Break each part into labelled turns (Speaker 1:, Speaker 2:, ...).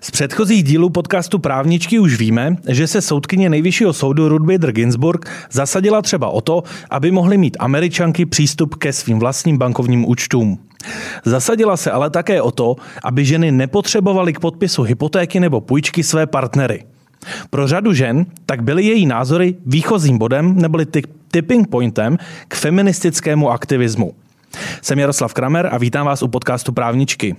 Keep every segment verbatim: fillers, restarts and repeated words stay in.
Speaker 1: Z předchozích dílů podcastu Právničky už víme, že se soudkyně Nejvyššího soudu Ruth Bader Ginsburg zasadila třeba o to, aby mohly mít Američanky přístup ke svým vlastním bankovním účtům. Zasadila se ale také o to, aby ženy nepotřebovaly k podpisu hypotéky nebo půjčky své partnery. Pro řadu žen tak byly její názory výchozím bodem neboli tipping pointem k feministickému aktivismu. Jsem Jaroslav Kramer a vítám vás u podcastu Právničky.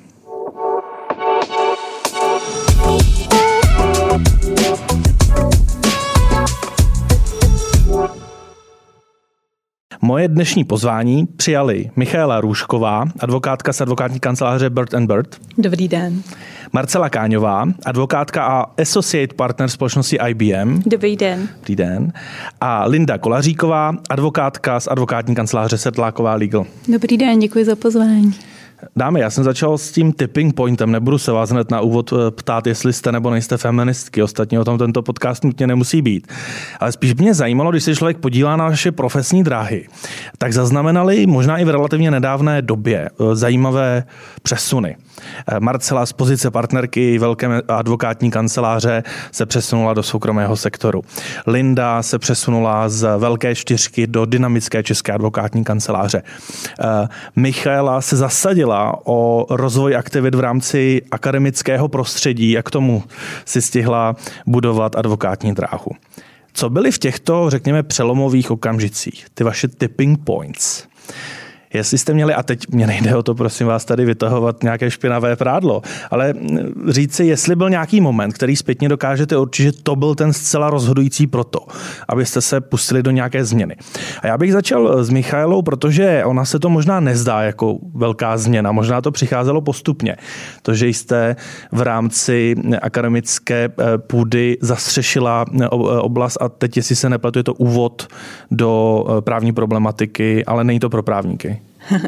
Speaker 1: Moje dnešní pozvání přijali Michaela Růžková, advokátka z advokátní kanceláře Bird and Bird.
Speaker 2: Dobrý den.
Speaker 1: Marcela Káňová, advokátka a associate partner společnosti I B M.
Speaker 2: Dobrý den.
Speaker 1: Dobrý den. A Linda Kolaříková, advokátka z advokátní kanceláře Sedláková Legal.
Speaker 2: Dobrý den, děkuji za pozvání.
Speaker 1: Dámy, já jsem začal s tím tipping pointem. Nebudu se vás hned na úvod ptát, jestli jste nebo nejste feministky. Ostatně o tom tento podcast nutně nemusí být. Ale spíš mě zajímalo, když se člověk podívá na vaše profesní dráhy, tak zaznamenali možná i v relativně nedávné době zajímavé přesuny. Marcela z pozice partnerky velké advokátní kanceláře se přesunula do soukromého sektoru. Linda se přesunula z velké čtyřky do dynamické české advokátní kanceláře. Michaela se zasadila o rozvoj aktivit v rámci akademického prostředí, jak k tomu si stihla budovat advokátní dráhu. Co byly v těchto, řekněme, přelomových okamžicích, ty vaše tipping points? Jestli jste měli, a teď mě nejde o to, prosím vás, tady vytahovat nějaké špinavé prádlo, ale říct si, jestli byl nějaký moment, který zpětně dokážete určit, že to byl ten zcela rozhodující pro to, abyste se pustili do nějaké změny. A já bych začal s Michaelou, protože ona se to možná nezdá jako velká změna, možná to přicházelo postupně. To, že jste v rámci akademické půdy zastřešila oblast a teď, jestli se nepletu, je to úvod do právní problematiky, ale není to pro právníky.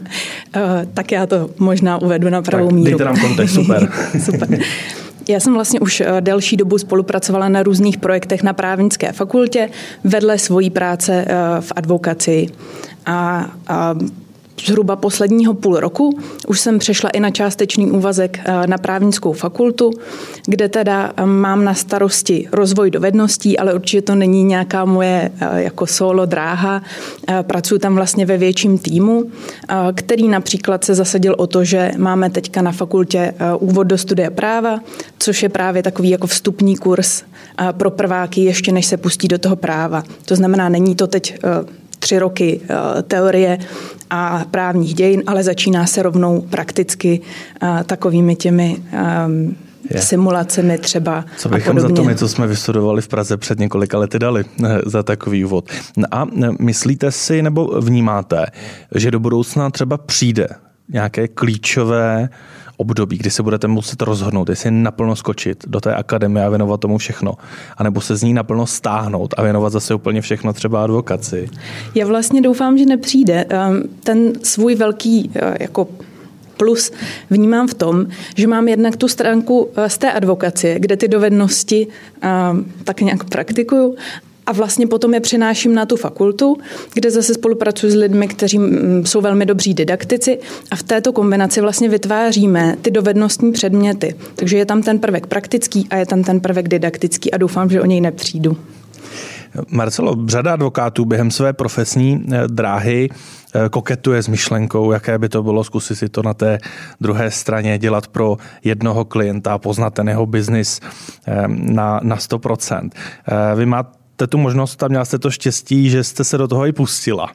Speaker 2: Tak já to možná uvedu na pravou míru.
Speaker 1: Dejte nám kontext, super.
Speaker 2: Super. Já jsem vlastně už delší dobu spolupracovala na různých projektech na právnické fakultě vedle svojí práce v advokacii. A, a zhruba posledního půl roku už jsem přešla i na částečný úvazek na právnickou fakultu, kde teda mám na starosti rozvoj dovedností, ale určitě to není nějaká moje jako solo dráha. Pracuji tam vlastně ve větším týmu, který například se zasadil o to, že máme teďka na fakultě úvod do studia práva, což je právě takový jako vstupní kurz pro prváky, ještě než se pustí do toho práva. To znamená, není to teď tři roky uh, teorie a právních dějin, ale začíná se rovnou prakticky uh, takovými těmi um, simulacemi třeba.
Speaker 1: Co bychom za to my, co jsme vystudovali v Praze před několika lety dali za takový úvod. A myslíte si nebo vnímáte, že do budoucna třeba přijde nějaké klíčové období, kdy se budete muset rozhodnout, jestli naplno skočit do té akademie a věnovat tomu všechno, anebo se z ní naplno stáhnout a věnovat zase úplně všechno třeba advokaci?
Speaker 2: Já vlastně doufám, že nepřijde. Ten svůj velký jako plus vnímám v tom, že mám jednak tu stránku z té advokacie, kde ty dovednosti tak nějak praktikuju, a vlastně potom je přenáším na tu fakultu, kde zase spolupracuji s lidmi, kteří jsou velmi dobří didaktici a v této kombinaci vlastně vytváříme ty dovednostní předměty. Takže je tam ten prvek praktický a je tam ten prvek didaktický a doufám, že o něj nepřijdu.
Speaker 1: Marcelo, řada advokátů během své profesní dráhy koketuje s myšlenkou, jaké by to bylo zkusit si to na té druhé straně dělat pro jednoho klienta a poznat ten jeho biznis na, na sto procent. Vy máte tu možnost a měla jste to štěstí, že jste se do toho i pustila.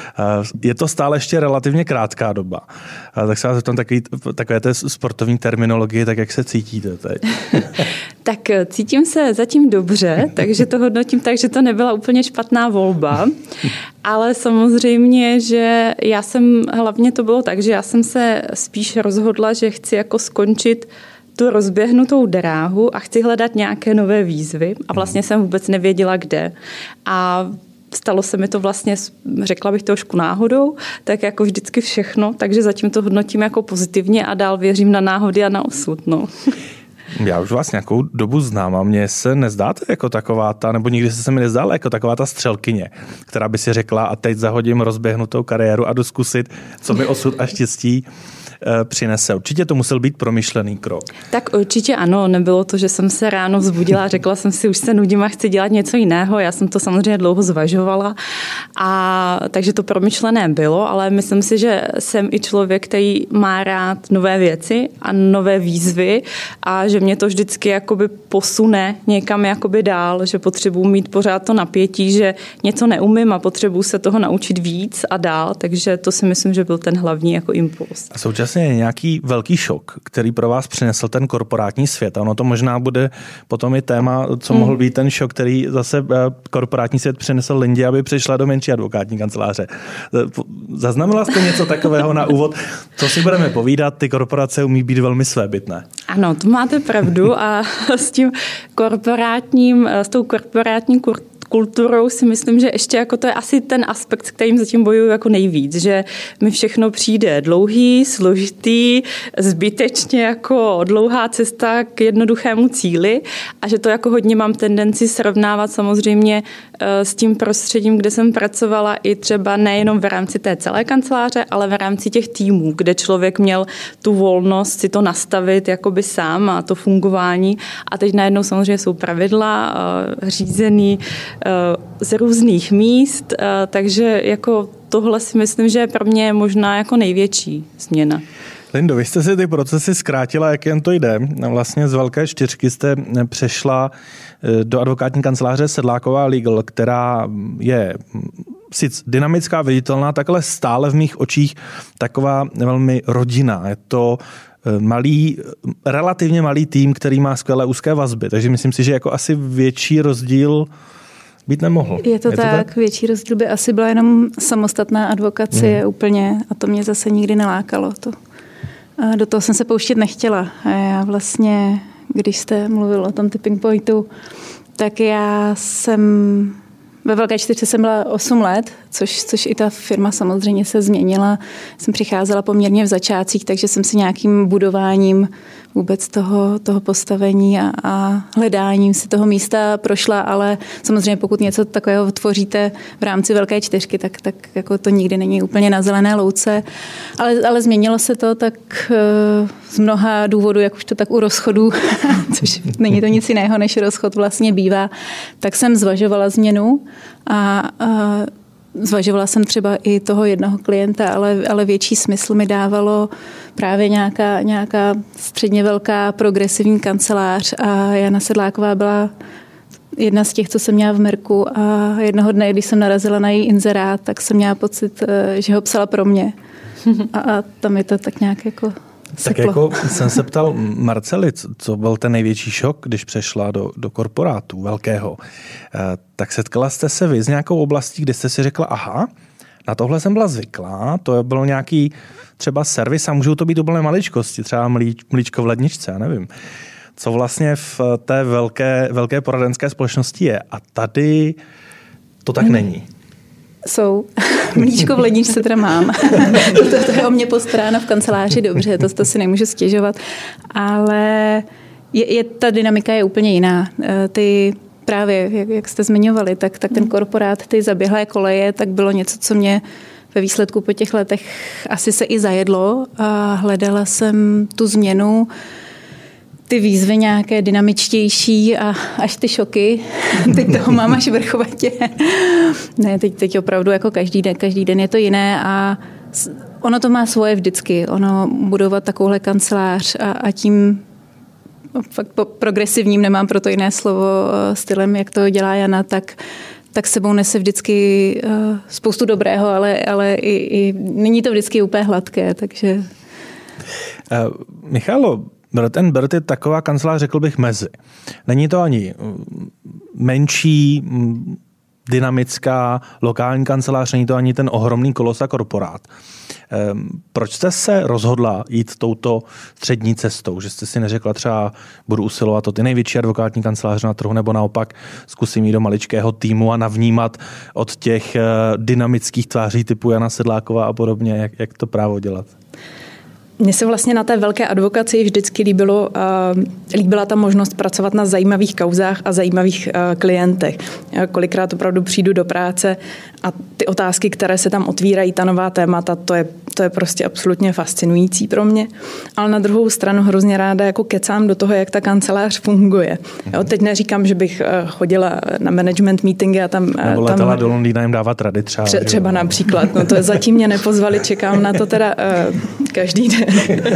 Speaker 1: Je to stále ještě relativně krátká doba. Tak se vás zeptám takový, takové té sportovní terminologie, tak jak se cítíte teď?
Speaker 2: Tak cítím se zatím dobře, takže to hodnotím tak, že to nebyla úplně špatná volba. Ale samozřejmě, že já jsem, hlavně to bylo tak, že já jsem se spíš rozhodla, že chci jako skončit tu rozběhnutou dráhu a chci hledat nějaké nové výzvy a vlastně jsem vůbec nevěděla, kde. A stalo se mi to vlastně, řekla bych trošku náhodou, tak jako vždycky všechno, takže zatím to hodnotím jako pozitivně a dál věřím na náhody a na osud. No.
Speaker 1: Já už vás nějakou dobu znám a mně se nezdáte jako taková ta, nebo nikdy se mi nezdála jako taková ta střelkyně, která by si řekla a teď zahodím rozběhnutou kariéru a jdu zkusit, co mi osud a štěstí přinese. Určitě to musel být promyšlený krok.
Speaker 3: Tak určitě ano, nebylo to, že jsem se ráno vzbudila a řekla jsem si, už se nudím a chci dělat něco jiného. Já jsem to samozřejmě dlouho zvažovala, a takže to promyšlené bylo, ale myslím si, že jsem i člověk, který má rád nové věci a nové výzvy a že mě to vždycky jakoby posune někam jakoby dál, že potřebuji mít pořád to napětí, že něco neumím a potřebuji se toho naučit víc a dál, takže to si myslím, že byl ten hlavní jako impuls.
Speaker 1: A současně je nějaký velký šok, který pro vás přinesl ten korporátní svět. A ono to možná bude potom i téma, co hmm. mohl být ten šok, který zase korporátní svět přinesl Lindě, aby přišla do menší advokátní kanceláře. Zaznamenala jste něco takového na úvod? Co si budeme povídat, ty korporace umí být velmi svébytné.
Speaker 3: Ano, to máte pravdu a s tím korporátním, s tou korporátní kur- kulturou si myslím, že ještě jako to je asi ten aspekt, s kterým zatím bojuju jako nejvíc, že mi všechno přijde dlouhý, složitý, zbytečně jako dlouhá cesta k jednoduchému cíli a že to jako hodně mám tendenci srovnávat samozřejmě s tím prostředím, kde jsem pracovala i třeba nejenom v rámci té celé kanceláře, ale v rámci těch týmů, kde člověk měl tu volnost si to nastavit jakoby sám a to fungování a teď najednou samozřejmě jsou pravidla řízený z různých míst, takže jako tohle si myslím, že je pro mě možná jako největší změna.
Speaker 1: Lindo, vy jste si ty procesy zkrátila, jak jen to jde. Vlastně z velké čtyřky jste přešla do advokátní kanceláře Sedláková Legal, která je sice dynamická, viditelná, takhle stále v mých očích taková velmi rodinná. Je to malý, relativně malý tým, který má skvělé úzké vazby, takže myslím si, že jako asi větší rozdíl být nemohl.
Speaker 2: Je to, je to tak, tak, větší rozdíl by asi byla jenom samostatná advokacie hmm. úplně a to mě zase nikdy nelákalo. To. A do toho jsem se pouštět nechtěla. A já vlastně, když jste mluvil o tom tipping pointu, tak já jsem ve Velké čtyřce jsem byla osm let, což, což i ta firma samozřejmě se změnila. Jsem přicházela poměrně v začátcích, takže jsem si nějakým budováním vůbec toho, toho postavení a, a hledáním si toho místa prošla, ale samozřejmě pokud něco takového tvoříte v rámci Velké čtyřky, tak, tak jako to nikdy není úplně na zelené louce. Ale, ale změnilo se to tak z mnoha důvodů, jak už to tak u rozchodu, což není to nic jiného, než rozchod vlastně bývá, tak jsem zvažovala změnu a, a zvažovala jsem třeba i toho jednoho klienta, ale, ale větší smysl mi dávalo právě nějaká, nějaká středně velká progresivní kancelář a Jana Sedláková byla jedna z těch, co jsem měla v Merku a jednoho dne, když jsem narazila na její inzerát, tak jsem měla pocit, že ho psala pro mě. A, a tam je to tak nějak jako
Speaker 1: tak seplo. Jako jsem se ptal Marcely, co byl ten největší šok, když přešla do, do korporátu velkého, tak setkala jste se vy s nějakou oblastí, kde jste si řekla, aha, na tohle jsem byla zvyklá, to bylo nějaký třeba servis a můžou to být úplně maličkosti, třeba mlíč, mlíčko v ledničce, já nevím. Co vlastně v té velké, velké poradenské společnosti je. A tady to tak není.
Speaker 2: Jsou. Mlíčko v ledničce teda mám. to, to je o mě postaráno v kanceláři dobře, to, to si nemůžu stěžovat. Ale je, je, ta dynamika je úplně jiná. Ty právě, jak, jak jste zmiňovali, tak, tak ten korporát, ty zaběhlé koleje, tak bylo něco, co mě ve výsledku po těch letech asi se i zajedlo a hledala jsem tu změnu, ty výzvy nějaké dynamičtější a až ty šoky. Teď toho mám až vrchovatě. Ne, teď, teď opravdu jako každý den, každý den je to jiné a ono to má svoje vždycky. Ono budovat takovouhle kancelář a, a tím fakt progresivním, nemám proto jiné slovo, stylem, jak to dělá Jana, tak tak sebou nese vždycky uh, spoustu dobrého, ale, ale i, i není to vždycky úplně hladké, takže...
Speaker 1: Uh, Michalo, Bird and Bird je taková kancelář, řekl bych, mezi. Není to ani menší, dynamická lokální kancelář, není to ani ten ohromný kolos a korporát. Proč jste se rozhodla jít touto střední cestou? Že jste si neřekla třeba, budu usilovat o ty největší advokátní kanceláře na trhu, nebo naopak zkusím jít do maličkého týmu a navnímat od těch dynamických tváří typu Jana Sedláková a podobně, jak, jak to právo dělat?
Speaker 2: Mně se vlastně na té velké advokaci vždycky líbilo, uh, líbila ta možnost pracovat na zajímavých kauzách a zajímavých uh, klientech. Já kolikrát opravdu přijdu do práce a ty otázky, které se tam otvírají, ta nová témata, to je, to je prostě absolutně fascinující pro mě. Ale na druhou stranu hrozně ráda jako kecám do toho, jak ta kancelář funguje. Jo, teď neříkám, že bych uh, chodila na management meetingy a tam... Uh,
Speaker 1: Nebo letala
Speaker 2: tam,
Speaker 1: do Londýna jim dávat rady třeba.
Speaker 2: Tře- třeba například. No to je, zatím mě nepozvali, čekám na to teda uh, každý den.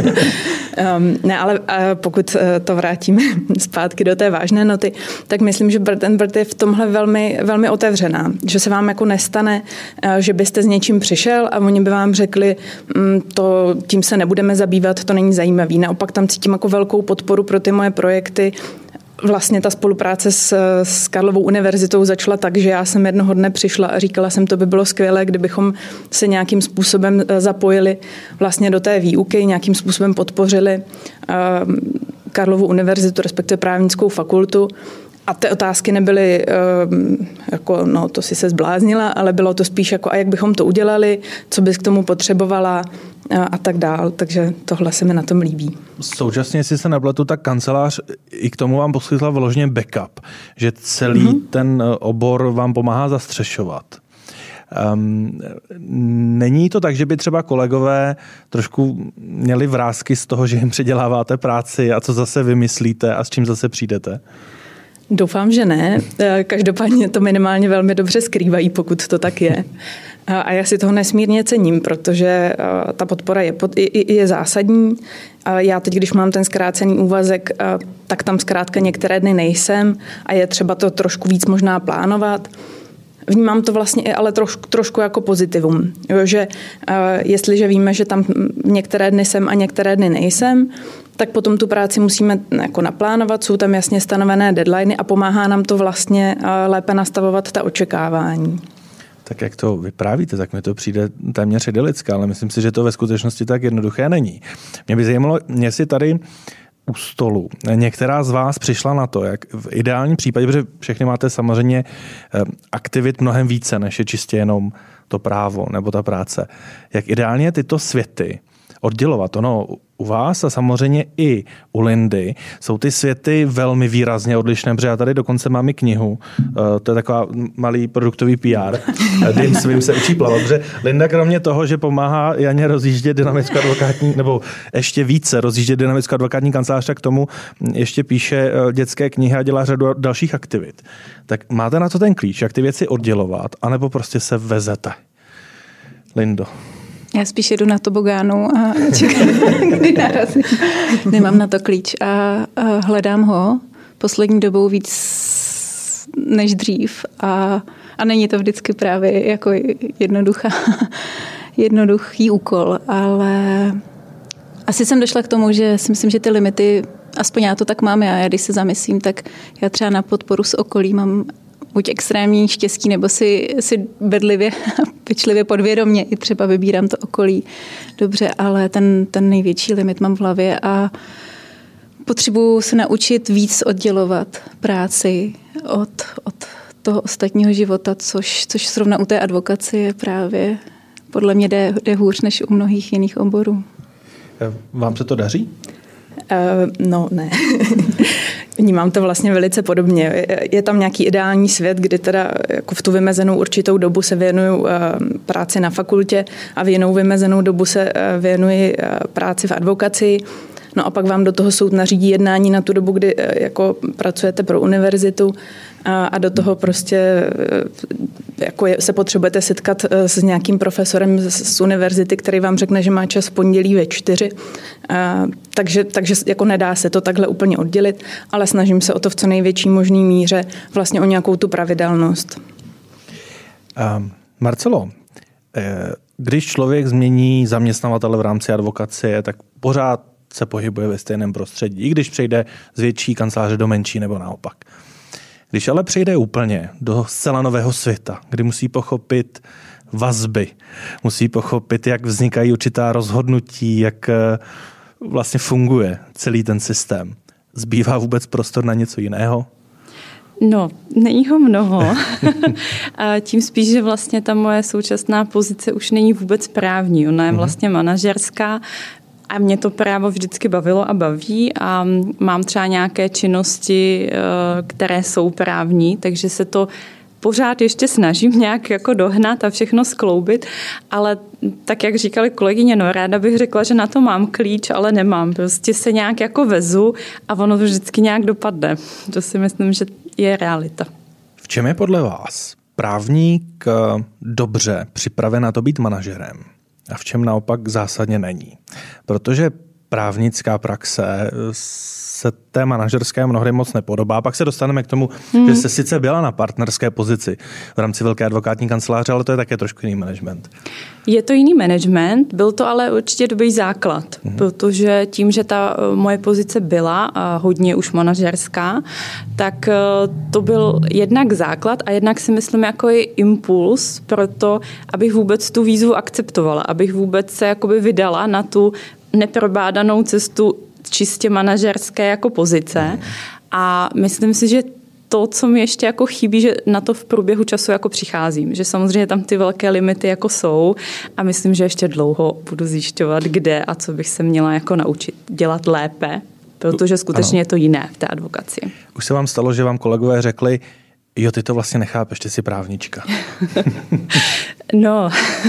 Speaker 2: um, ne, ale uh, pokud uh, to vrátíme zpátky do té vážné noty, tak myslím, že Bird and Bird je v tomhle velmi, velmi otevřená. Že se vám jako nestane, uh, že byste s něčím přišel a oni by vám řekli, um, to, tím se nebudeme zabývat, to není zajímavý. Naopak tam cítím jako velkou podporu pro ty moje projekty. Vlastně ta spolupráce s, s Karlovou univerzitou začala tak, že já jsem jednoho dne přišla a říkala jsem, to by bylo skvělé, kdybychom se nějakým způsobem zapojili vlastně do té výuky, nějakým způsobem podpořili uh, Karlovu univerzitu, respektive právnickou fakultu. A ty otázky nebyly uh, jako, no to si se zbláznila, ale bylo to spíš jako, a jak bychom to udělali, co bys k tomu potřebovala a, a tak dál. Takže tohle se mi na tom líbí.
Speaker 1: Současně, jestli se nepletu, tak kancelář i k tomu vám poskytla vložně backup, že celý mm-hmm. ten obor vám pomáhá zastřešovat. Um, není to tak, že by třeba kolegové trošku měli vrásky z toho, že jim předěláváte práci a co zase vymyslíte a s čím zase přijdete?
Speaker 2: Doufám, že ne. Každopádně to minimálně velmi dobře skrývají, pokud to tak je. A já si toho nesmírně cením, protože ta podpora je, je, je zásadní. Já teď, když mám ten zkrácený úvazek, tak tam zkrátka některé dny nejsem a je třeba to trošku víc možná plánovat. Vnímám to vlastně i ale trošku, trošku jako pozitivum, jo, že uh, jestliže víme, že tam některé dny jsem a některé dny nejsem, tak potom tu práci musíme jako naplánovat, jsou tam jasně stanovené deadliny a pomáhá nám to vlastně uh, lépe nastavovat ta očekávání.
Speaker 1: Tak jak to vyprávíte, tak mi to přijde téměř idylické, ale myslím si, že to ve skutečnosti tak jednoduché není. Mě by zajímalo, jestli tady u stolu některá z vás přišla na to, jak v ideálním případě, protože všechny máte samozřejmě aktivit mnohem více, než je čistě jenom to právo nebo ta práce. Jak ideálně tyto světy oddělovat? Ono u vás a samozřejmě i u Lindy jsou ty světy velmi výrazně odlišné, protože já tady dokonce mám i knihu, to je taková malý produktový P R, Dým svým se učí plavat, protože Linda kromě toho, že pomáhá Janě rozjíždět dynamickou advokátní, nebo ještě více rozjíždět dynamickou advokátní kancelář, tak k tomu ještě píše dětské knihy a dělá řadu dalších aktivit. Tak máte na to ten klíč, jak ty věci oddělovat, anebo prostě se vezete? Lindo.
Speaker 3: Já spíš jedu na tobogánu a čekám, kdy narazím. Nemám na to klíč a, a hledám ho poslední dobou víc než dřív a, a není to vždycky právě jako jednoduchá, jednoduchý úkol, ale asi jsem došla k tomu, že si myslím, že ty limity, aspoň já to tak mám já, já když se zamyslím, tak já třeba na podporu s okolí mám buď extrémní štěstí, nebo si, si bedlivě a pečlivě podvědomě i třeba vybírám to okolí dobře, ale ten, ten největší limit mám v hlavě a potřebuji se naučit víc oddělovat práci od, od toho ostatního života, což, což zrovna u té advokacie je právě podle mě jde, jde hůř než u mnohých jiných oborů.
Speaker 1: Vám se to daří?
Speaker 2: Uh, no, ne. Vnímám to vlastně velice podobně. Je tam nějaký ideální svět, kdy teda jako v tu vymezenou určitou dobu se věnuju práci na fakultě a v jinou vymezenou dobu se věnuji práci v advokacii. No a pak vám do toho soud nařídí jednání na tu dobu, kdy jako pracujete pro univerzitu a, a do toho prostě jako je, se potřebujete setkat s nějakým profesorem z, z univerzity, který vám řekne, že má čas v pondělí ve čtyři. A, takže, takže jako nedá se to takhle úplně oddělit, ale snažím se o to v co největší možný míře, vlastně o nějakou tu pravidelnost.
Speaker 1: Um, Marcelo, když člověk změní zaměstnavatele v rámci advokacie, tak pořád se pohybuje ve stejném prostředí, i když přejde z větší kanceláře do menší nebo naopak. Když ale přejde úplně do zcela nového světa, kdy musí pochopit vazby, musí pochopit, jak vznikají určitá rozhodnutí, jak vlastně funguje celý ten systém. Zbývá vůbec prostor na něco jiného?
Speaker 3: No, není ho mnoho. A tím spíš, že vlastně ta moje současná pozice už není vůbec právní. Ona je vlastně manažerská. A mě to právo vždycky bavilo a baví a mám třeba nějaké činnosti, které jsou právní, takže se to pořád ještě snažím nějak jako dohnat a všechno skloubit, ale tak, jak říkali kolegyně, no ráda bych řekla, že na to mám klíč, ale nemám. Prostě se nějak jako vezu a ono to vždycky nějak dopadne. To si myslím, že je realita.
Speaker 1: V čem je podle vás právník dobře připraven na to být manažerem a v čem naopak zásadně není? Protože právnická praxe se té manažerské mnohdy moc nepodobá. Pak se dostaneme k tomu, hmm. že jste sice byla na partnerské pozici v rámci velké advokátní kanceláře, ale to je také trošku jiný management.
Speaker 3: Je to jiný management, byl to ale určitě dobrý základ, hmm. protože tím, že ta moje pozice byla hodně už manažerská, tak to byl jednak základ a jednak si myslím jako i impuls pro to, abych vůbec tu výzvu akceptovala, abych vůbec se jakoby vydala na tu neprobádanou cestu čistě manažerské jako pozice a myslím si, že to, co mi ještě jako chybí, že na to v průběhu času jako přicházím, že samozřejmě tam ty velké limity jako jsou a myslím, že ještě dlouho budu zjišťovat, kde a co bych se měla jako naučit dělat lépe, protože skutečně ano. je to jiné v té advokaci.
Speaker 1: Už se vám stalo, že vám kolegové řekli, jo, ty to vlastně nechápeš, ty jsi právnička.
Speaker 3: No,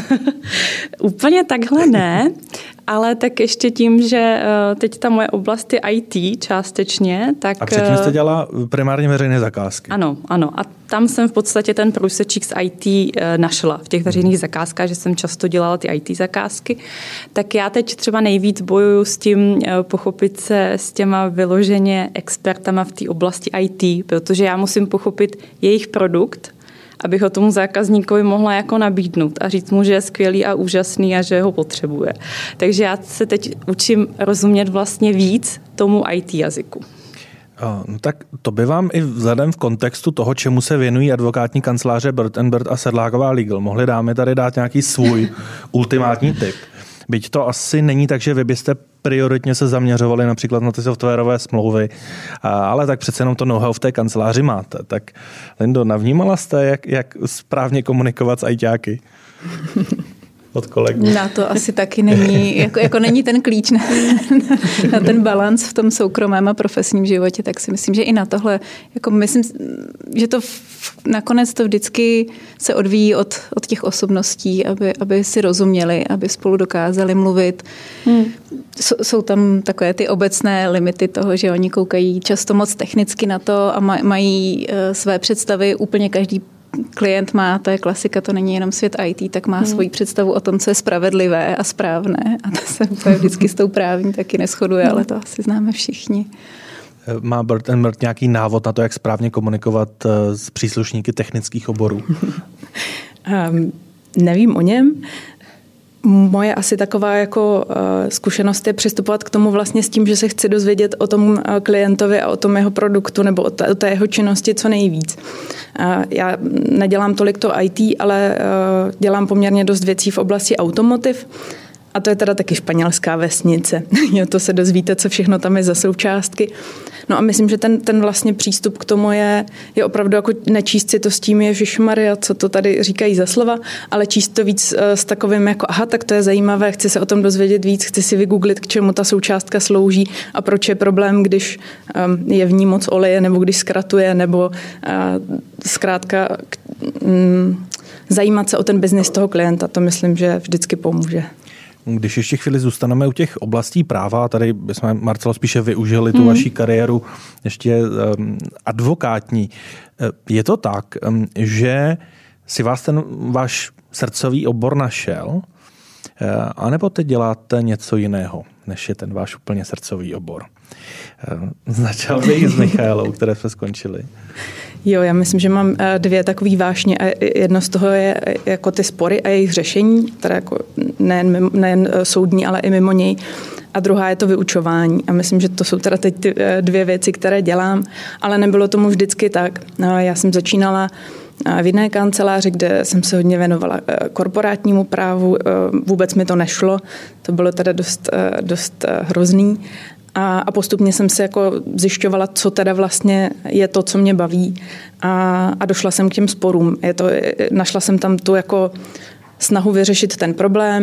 Speaker 3: úplně takhle ne, ale tak ještě tím, že teď ta moje oblast je í té částečně, tak...
Speaker 1: A předtím jste dělala primárně veřejné zakázky.
Speaker 3: Ano, ano. A tam jsem v podstatě ten průsečík z í té našla v těch veřejných zakázkách, že jsem často dělala ty í té zakázky. Tak já teď třeba nejvíc bojuju s tím pochopit se s těma vyloženě expertama v té oblasti í té, protože já musím pochopit jejich produkt, abych ho tomu zákazníkovi mohla jako nabídnout a říct mu, že je skvělý a úžasný a že ho potřebuje. Takže já se teď učím rozumět vlastně víc tomu í té jazyku.
Speaker 1: No tak to by vám i vzhledem v kontextu toho, čemu se věnují advokátní kanceláře Bird and Bird a Sedláková Legal, mohli dámy tady dát nějaký svůj ultimátní tip. Byť to asi není tak, že vy byste prioritně se zaměřovali například na ty softwarové smlouvy, ale tak přece jenom to know-how v té kanceláři máte. Tak Lindo, navnímala jste, jak, jak správně komunikovat s ajťáky? Od kolegů.
Speaker 2: Na to asi taky není, jako, jako není ten klíč na, na ten balans v tom soukromém a profesním životě, tak si myslím, že i na tohle, jako myslím, že to v, nakonec to vždycky se odvíjí od, od těch osobností, aby, aby si rozuměli, aby spolu dokázali mluvit. Hmm. Jsou tam takové ty obecné limity toho, že oni koukají často moc technicky na to a mají své představy, úplně každý klient má, to je klasika, to není jenom svět í té, tak má hmm. svoji představu o tom, co je spravedlivé a správné. A to se úplně vždycky s tou právní taky neshoduje, ale to asi známe všichni.
Speaker 1: Má Bird and Bird nějaký návod na to, jak správně komunikovat s příslušníky technických oborů?
Speaker 2: um, nevím o něm. Moje asi taková jako uh, zkušenost je přistupovat k tomu vlastně s tím, že se chci dozvědět o tom uh, klientovi a o tom jeho produktu nebo o té, o té jeho činnosti co nejvíc. Uh, já nedělám tolik to í té, ale uh, dělám poměrně dost věcí v oblasti automotiv. A to je teda taky španělská vesnice. Jo, to se dozvíte, co všechno tam je za součástky. No a myslím, že ten, ten vlastně přístup k tomu je, je opravdu jako nečíst si to s tím ježišmarja, co to tady říkají za slova, ale číst to víc s takovým jako aha, tak to je zajímavé, chci se o tom dozvědět víc, chci si vygooglit, k čemu ta součástka slouží a proč je problém, když um, je v ní moc oleje, nebo když zkratuje, nebo uh, zkrátka um, zajímat se o ten biznis toho klienta. To myslím, že vždycky pomůže.
Speaker 1: Když ještě chvíli zůstaneme u těch oblastí práva, tady bychom, Marcelo, spíše využili tu mm. vaši kariéru ještě um, advokátní. Je to tak, um, že si vás ten váš srdcový obor našel, uh, anebo teď děláte něco jiného, než je ten váš úplně srdcový obor? Uh, začal bych s Michaelou, které jsme skončili.
Speaker 2: Jo, já myslím, že mám dvě takové vášně a jedno z toho je jako ty spory a jejich řešení, teda jako nejen, nejen soudní, ale i mimo něj. A druhá je to vyučování. A myslím, že to jsou teda teď ty dvě věci, které dělám, ale nebylo tomu vždycky tak. Já jsem začínala v jiné kanceláři, kde jsem se hodně věnovala korporátnímu právu. Vůbec mi to nešlo. To bylo teda dost, dost hrozný. A, a postupně jsem se jako zjišťovala, co teda vlastně je to, co mě baví. A, a došla jsem k těm sporům. Je to, našla jsem tam tu jako snahu vyřešit ten problém,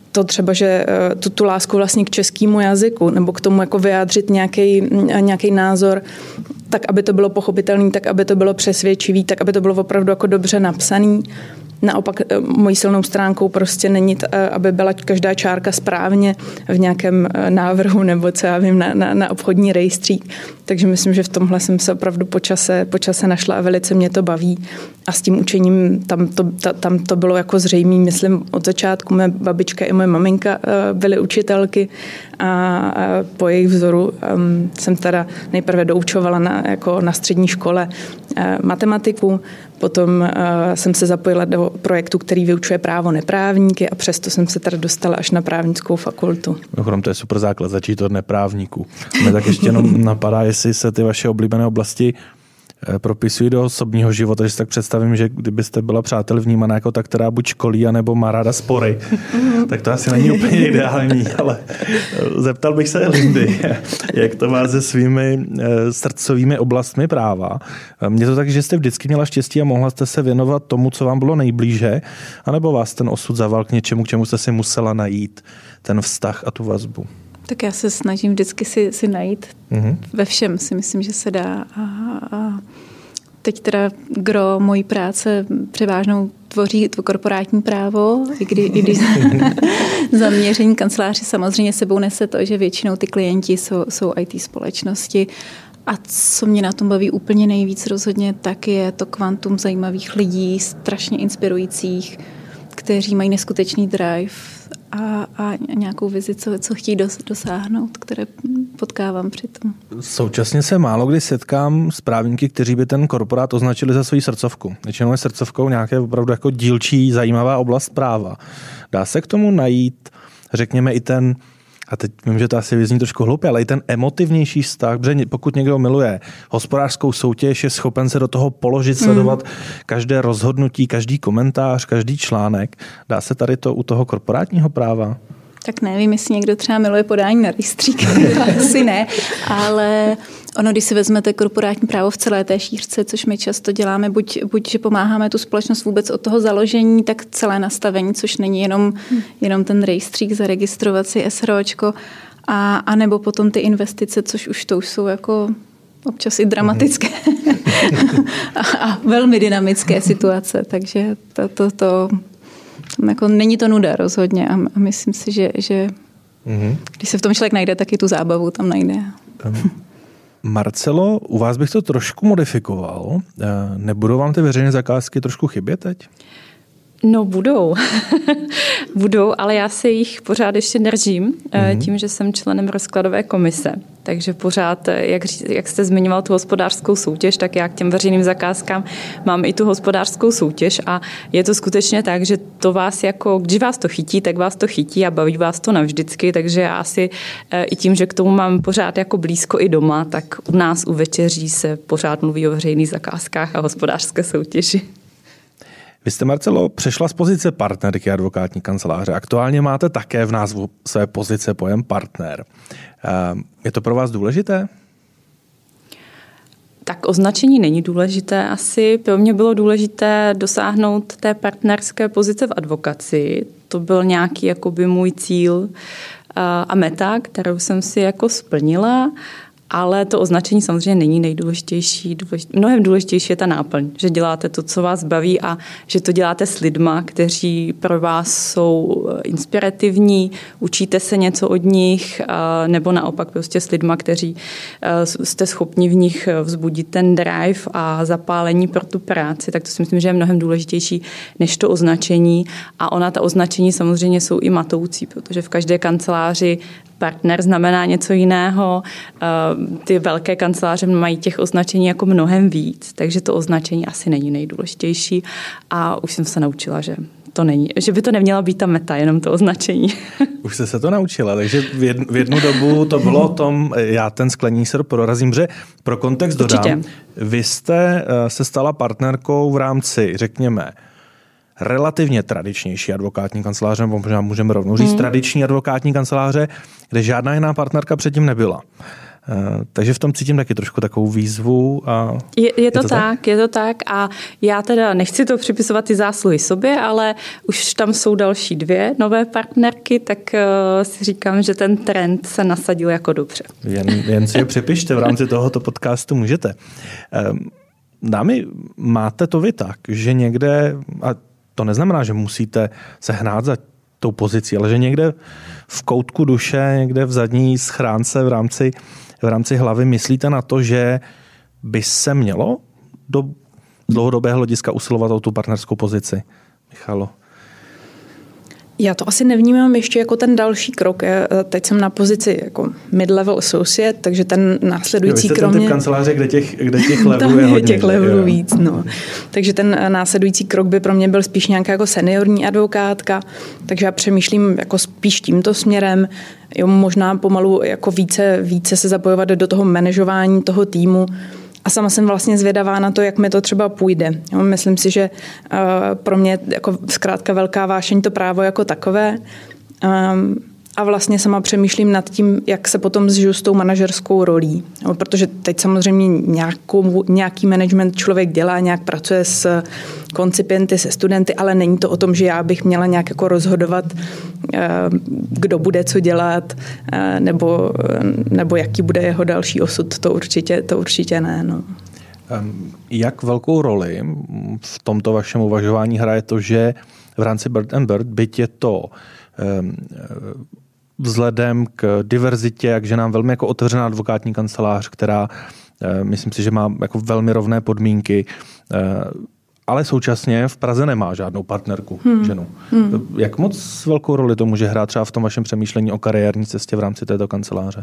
Speaker 2: to třeba, že tu, tu lásku vlastně k českému jazyku nebo k tomu jako vyjádřit nějaký, nějaký názor, tak aby to bylo pochopitelné, tak aby to bylo přesvědčivý, tak aby to bylo opravdu jako dobře napsaný. Naopak mojí silnou stránkou prostě není, aby byla každá čárka správně v nějakém návrhu nebo co já vím, na, na, na obchodní rejstřík. Takže myslím, že v tomhle jsem se opravdu po čase, po čase našla a velice mě to baví. A s tím učením tam to, ta, tam to bylo jako zřejmé, myslím od začátku. Moje babička i moje maminka byly učitelky a po jejich vzoru um, jsem teda nejprve doučovala na, jako na střední škole uh, matematiku, potom uh, jsem se zapojila do projektu, který vyučuje právo neprávníky a přesto jsem se teda dostala až na právnickou fakultu.
Speaker 1: Mimochodem, to je super základ, začít od neprávníků. Mě tak ještě jenom napadá, jestli se ty vaše oblíbené oblasti propisují do osobního života, že si tak představím, že kdybyste byla přátel vnímaná jako ta, která buď školí, anebo má ráda spory, tak to asi není úplně ideální, ale zeptal bych se Lindy, jak to má se svými srdcovými oblastmi práva. Mně to tak, že jste vždycky měla štěstí a mohla jste se věnovat tomu, co vám bylo nejblíže, anebo vás ten osud zaval k něčemu, k čemu jste si musela najít ten vztah a tu vazbu?
Speaker 3: Tak já se snažím vždycky si, si najít. Mm-hmm. Ve všem si myslím, že se dá. A, a teď teda gro mojí práce převážnou tvoří to korporátní právo, i kdy, i když zaměření kanceláři samozřejmě sebou nese to, že většinou ty klienti jsou, jsou í té společnosti. A co mě na tom baví úplně nejvíc rozhodně, tak je to kvantum zajímavých lidí, strašně inspirujících, kteří mají neskutečný drive a, a nějakou vizi, co, co chtějí dos, dosáhnout, které potkávám přitom.
Speaker 1: Současně se málo kdy setkám s právníky, kteří by ten korporát označili za svoji srdcovku. Většinou je srdcovkou nějaké opravdu jako dílčí, zajímavá oblast práva. Dá se k tomu najít, řekněme, i ten, a teď vím, že to asi vyzní trošku hloupě, ale i ten emotivnější vztah, protože pokud někdo miluje hospodářskou soutěž, je schopen se do toho položit, sledovat mm. každé rozhodnutí, každý komentář, každý článek. Dá se tady to u toho korporátního práva?
Speaker 3: Tak nevím, jestli někdo třeba miluje podání na rejstřík, asi ne, ale ono, když si vezmete korporátní právo v celé té šířce, což my často děláme, buď, buď že pomáháme tu společnost vůbec od toho založení, tak celé nastavení, což není jenom, jenom ten rejstřík, zaregistrovat si SROčko, a, a nebo potom ty investice, což už to už jsou jako občas i dramatické a, a velmi dynamické situace, takže to, to, to jako není to nuda rozhodně a, a myslím si, že, že mm-hmm. když se v tom člověk najde, tak i tu zábavu tam najde.
Speaker 1: Marcelo, u vás bych to trošku modifikoval. Nebudou vám ty veřejné zakázky trošku chybět teď?
Speaker 3: No budou. budou, ale já se jich pořád ještě držím, mm-hmm. tím, že jsem členem rozkladové komise. Takže pořád, jak, jak jste zmiňoval tu hospodářskou soutěž, tak já k těm veřejným zakázkám mám i tu hospodářskou soutěž a je to skutečně tak, že to vás jako, když vás to chytí, tak vás to chytí a baví vás to navždycky, takže já asi i tím, že k tomu mám pořád jako blízko i doma, tak u nás u večeří se pořád mluví o veřejných zakázkách a hospodářské soutěži.
Speaker 1: Vy jste, Marcelo, přešla z pozice partnerky advokátní kanceláře. Aktuálně máte také v názvu své pozice pojem partner. Je to pro vás důležité?
Speaker 3: Tak označení není důležité. Asi pro mě bylo důležité dosáhnout té partnerské pozice v advokaci. To byl nějaký jakoby můj cíl a meta, kterou jsem si jako splnila. Ale to označení samozřejmě není nejdůležitější. Mnohem důležitější je ta náplň, že děláte to, co vás baví a že to děláte s lidma, kteří pro vás jsou inspirativní, učíte se něco od nich, nebo naopak prostě s lidma, kteří jste schopni v nich vzbudit ten drive a zapálení pro tu práci. Tak to si myslím, že je mnohem důležitější než to označení. A ona, ta označení samozřejmě jsou i matoucí, protože v každé kanceláři partner znamená něco jiného. Ty velké kanceláře mají těch označení jako mnohem víc, takže to označení asi není nejdůležitější a už jsem se naučila, že to není, že by to neměla být ta meta, jenom to označení.
Speaker 1: Už jste se to naučila, takže v jednu, v jednu dobu to bylo o tom, já ten skleník se prorazím, že pro kontext dodám. Určitě. Vy jste se stala partnerkou v rámci, řekněme, relativně tradičnější advokátní kanceláře, nebo možná můžeme rovnou říct hmm. tradiční advokátní kanceláře, kde žádná jiná partnerka předtím nebyla. Takže v tom cítím taky trošku takovou výzvu. A
Speaker 3: je, je, to
Speaker 1: je to
Speaker 3: tak,
Speaker 1: tak,
Speaker 3: je to tak a já teda nechci to připisovat ty zásluhy sobě, ale už tam jsou další dvě nové partnerky, tak uh, si říkám, že ten trend se nasadil jako dobře.
Speaker 1: Jen, jen si je připište v rámci tohoto podcastu můžete. Um, Dámy, máte to vy tak, že někde, a to neznamená, že musíte se hnát za tou pozicí, ale že někde v koutku duše, někde v zadní schránce v rámci, v rámci hlavy myslíte na to, že by se mělo do dlouhodobého hlediska usilovat o tu partnerskou pozici? Michalo.
Speaker 2: Já to asi nevnímám ještě jako ten další krok. Teď jsem na pozici jako mid-level associate, takže ten následující
Speaker 1: jo,
Speaker 2: kromě...
Speaker 1: Vy jste ten kanceláře, kde těch, kde těch levelů
Speaker 2: je
Speaker 1: hodně.
Speaker 2: těch levelů víc, no. Takže ten následující krok by pro mě byl spíš nějaká jako seniorní advokátka, takže já přemýšlím jako spíš tímto směrem, jo, možná pomalu jako více, více se zapojovat do toho manažování toho týmu. A sama jsem vlastně zvědavá na to, jak mi to třeba půjde. Jo, myslím si, že uh, pro mě jako zkrátka velká vášeň to právo jako takové. Um, a vlastně sama přemýšlím nad tím, jak se potom zžiju s tou manažerskou rolí. Jo, protože teď samozřejmě nějakou, nějaký management člověk dělá, nějak pracuje s koncipienty, se studenty, ale není to o tom, že já bych měla nějak jako rozhodovat, uh, kdo bude co dělat, uh, nebo, nebo jaký bude jeho další osud. To určitě, to určitě ne. No.
Speaker 1: Jak velkou roli v tomto vašem uvažování hraje to, že v rámci Bird and Bird, byť je to um, vzhledem k diverzitě, jakže nám velmi jako otevřená advokátní kancelář, která myslím si, že má jako velmi rovné podmínky, ale současně v Praze nemá žádnou partnerku, hmm. ženu. Hmm. Jak moc velkou roli to může hrát třeba v tom vašem přemýšlení o kariérní cestě v rámci této kanceláře?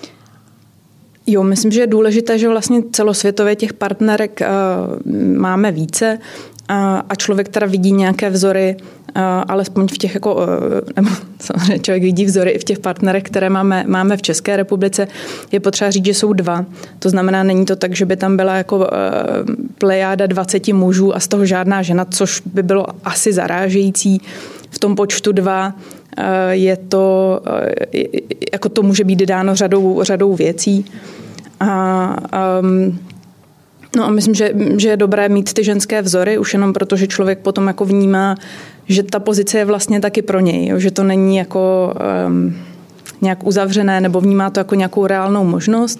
Speaker 2: Jo, myslím, že je důležité, že vlastně celosvětově těch partnerek uh, máme více uh, a člověk teda vidí nějaké vzory, uh, alespoň v těch jako, uh, nebo samozřejmě člověk vidí vzory i v těch partnerech, které máme, máme v České republice. Je potřeba říct, že jsou dva. To znamená, není to tak, že by tam byla jako uh, plejáda dvaceti mužů a z toho žádná žena, což by bylo asi zarážející. V tom počtu dva je to, jako to může být dáno řadou, řadou věcí. A, um, no a myslím, že, že je dobré mít ty ženské vzory, už jenom proto, že člověk potom jako vnímá, že ta pozice je vlastně taky pro něj, jo, že to není jako um, nějak uzavřené, nebo vnímá to jako nějakou reálnou možnost.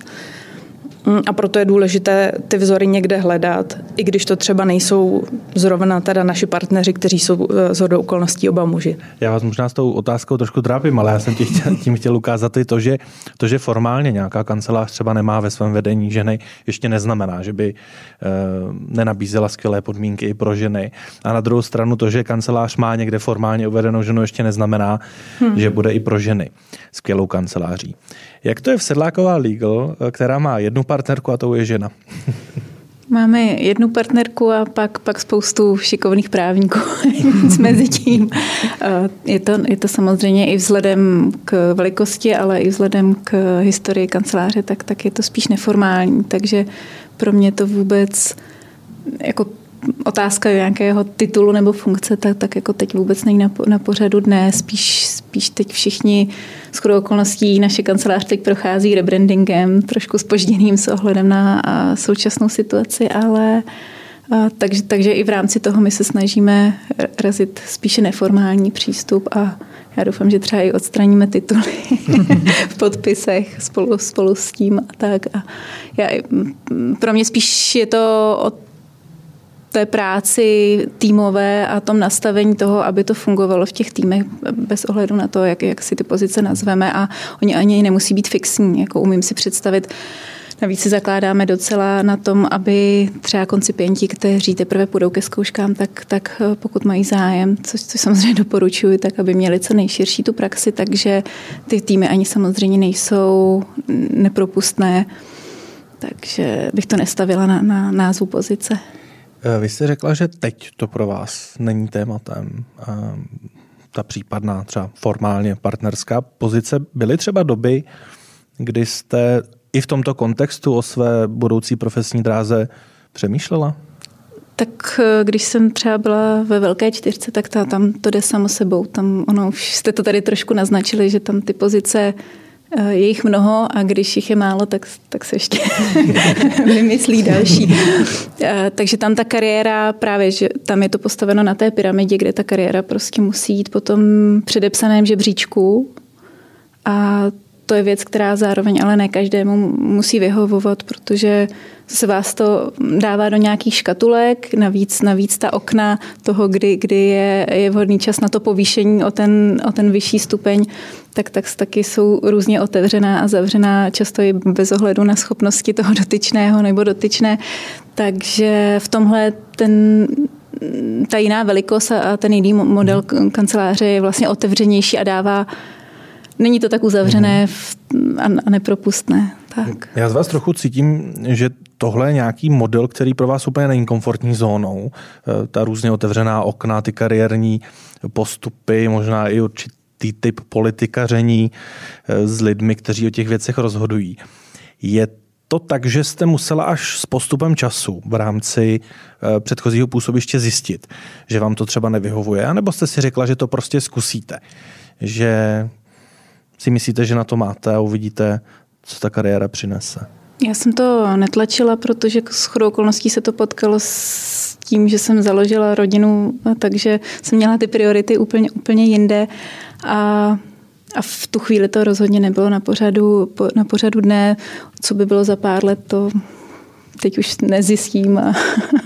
Speaker 2: A proto je důležité ty vzory někde hledat, i když to třeba nejsou zrovna teda naši partneři, kteří jsou shodou okolností oba muži.
Speaker 1: Já vás možná s tou otázkou trošku trápím, ale já jsem tím chtěl, tím chtěl ukázat i to, že, to, že formálně nějaká kancelář třeba nemá ve svém vedení ženy, ještě neznamená, že by e, nenabízela skvělé podmínky i pro ženy. A na druhou stranu to, že kancelář má někde formálně uvedenou ženu, ještě neznamená, hmm. že bude i pro ženy skvělou kanceláří. Jak to je v Sedláková Legal, která má jednu partnerku a tou je žena?
Speaker 4: Máme jednu partnerku a pak, pak spoustu šikovných právníků. Nic mezi tím. Je to, je to samozřejmě i vzhledem k velikosti, ale i vzhledem k historii kanceláře, tak, tak je to spíš neformální. Takže pro mě to vůbec jako otázka nějakého titulu nebo funkce, tak, tak jako teď vůbec není na, na pořadu dne. Spíš, spíš teď všichni shodou okolností naše kancelář teď prochází rebrandingem, trošku zpožděným s ohledem na a, současnou situaci, ale a, takže, takže i v rámci toho my se snažíme razit spíše neformální přístup a já doufám, že třeba i odstraníme tituly v podpisech spolu, spolu s tím a tak. A já, pro mě spíš je to o té práci týmové a tom nastavení toho, aby to fungovalo v těch týmech bez ohledu na to, jak, jak si ty pozice nazveme a oni ani nemusí být fixní, jako umím si představit. Navíc si zakládáme docela na tom, aby třeba koncipienti, kteří teprve půjdou ke zkouškám, tak, tak pokud mají zájem, což, což samozřejmě doporučuji, tak aby měli co nejširší tu praxi, takže ty týmy ani samozřejmě nejsou nepropustné, takže bych to nestavila na, na názvu pozice.
Speaker 1: Vy jste řekla, že teď to pro vás není tématem. Ta případná třeba formálně partnerská pozice. Byly třeba doby, kdy jste i v tomto kontextu o své budoucí profesní dráze přemýšlela?
Speaker 4: Tak když jsem třeba byla ve velké čtyřce, tak ta, tam to jde samo sebou. Tam ono, už jste to tady trošku naznačili, že tam ty pozice Je jich mnoho a když jich je málo, tak, tak se ještě vymyslí další. Takže tam ta kariéra právě, že tam je to postaveno na té pyramidě, kde ta kariéra prostě musí jít po tom předepsaném žebříčku a to je věc, která zároveň ale ne každému musí vyhovovat, protože se vás to dává do nějakých škatulek, navíc, navíc ta okna toho, kdy, kdy je, je vhodný čas na to povýšení o ten, o ten vyšší stupeň, tak, tak taky jsou různě otevřená a zavřená, často i bez ohledu na schopnosti toho dotyčného nebo dotyčné. Takže v tomhle ten, ta jiná velikost a ten jiný model kanceláře je vlastně otevřenější a dává. Není to tak uzavřené a nepropustné. Tak.
Speaker 1: Já z vás trochu cítím, že tohle je nějaký model, který pro vás úplně není komfortní zónou. Ta různě otevřená okna, ty kariérní postupy, možná i určitý typ politikaření s lidmi, kteří o těch věcech rozhodují. Je to tak, že jste musela až s postupem času v rámci předchozího působiště zjistit, že vám to třeba nevyhovuje, anebo jste si řekla, že to prostě zkusíte, že si myslíte, že na to máte a uvidíte, co ta kariéra přinese?
Speaker 4: Já jsem to netlačila, protože shodou okolností se to potkalo s tím, že jsem založila rodinu, takže jsem měla ty priority úplně, úplně jinde a, a v tu chvíli to rozhodně nebylo na pořadu, na pořadu dne. Co by bylo za pár let, to teď už nezjistím. A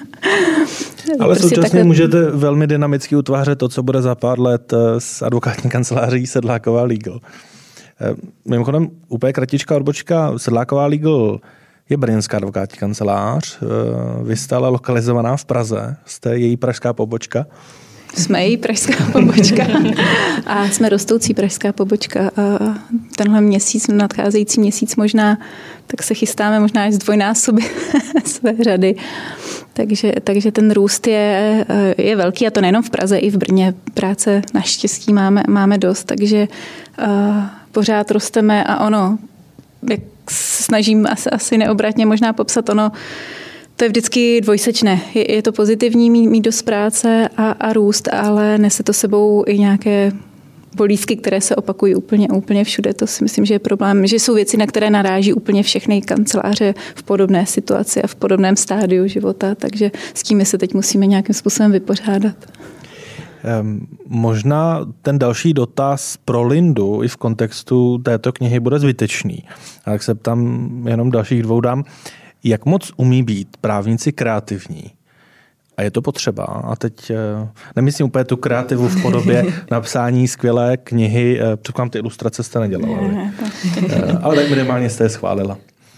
Speaker 1: ale prostě současně takhle můžete velmi dynamicky utvářet to, co bude za pár let s advokátní kanceláří Sedláková Legal. Mimochodem, úplně kratičká odbočka, Sedláková Legal je brněnská advokátní kancelář. Vy jste ale lokalizovaná v Praze. Jste její pražská pobočka?
Speaker 4: Jsme její pražská pobočka a jsme rostoucí pražská pobočka. A tenhle měsíc, nadcházející měsíc možná, tak se chystáme možná až zdvojnásobit své řady. Takže, takže ten růst je, je velký a to nejenom v Praze, i v Brně. Práce naštěstí máme, máme dost, takže uh, pořád rosteme a ono, jak snažím asi, asi neobratně možná popsat, ono to je vždycky dvojsečné. Je, je to pozitivní mít, mít dost práce a, a růst, ale nese to sebou i nějaké bolístky, které se opakují úplně, úplně všude. To si myslím, že je problém, že jsou věci, na které naráží úplně všechny kanceláře v podobné situaci a v podobném stádiu života, takže s tím se teď musíme nějakým způsobem vypořádat.
Speaker 1: Um, možná ten další dotaz pro Lindu i v kontextu této knihy bude zbytečný. A tak se ptám jenom dalších dvou dám. Jak moc umí být právníci kreativní? A je to potřeba. A teď nemyslím úplně tu kreativu v podobě napsání skvělé knihy. Předpokládám, ty ilustrace jste nedělala. Ne, ale tak minimálně jste je schválila.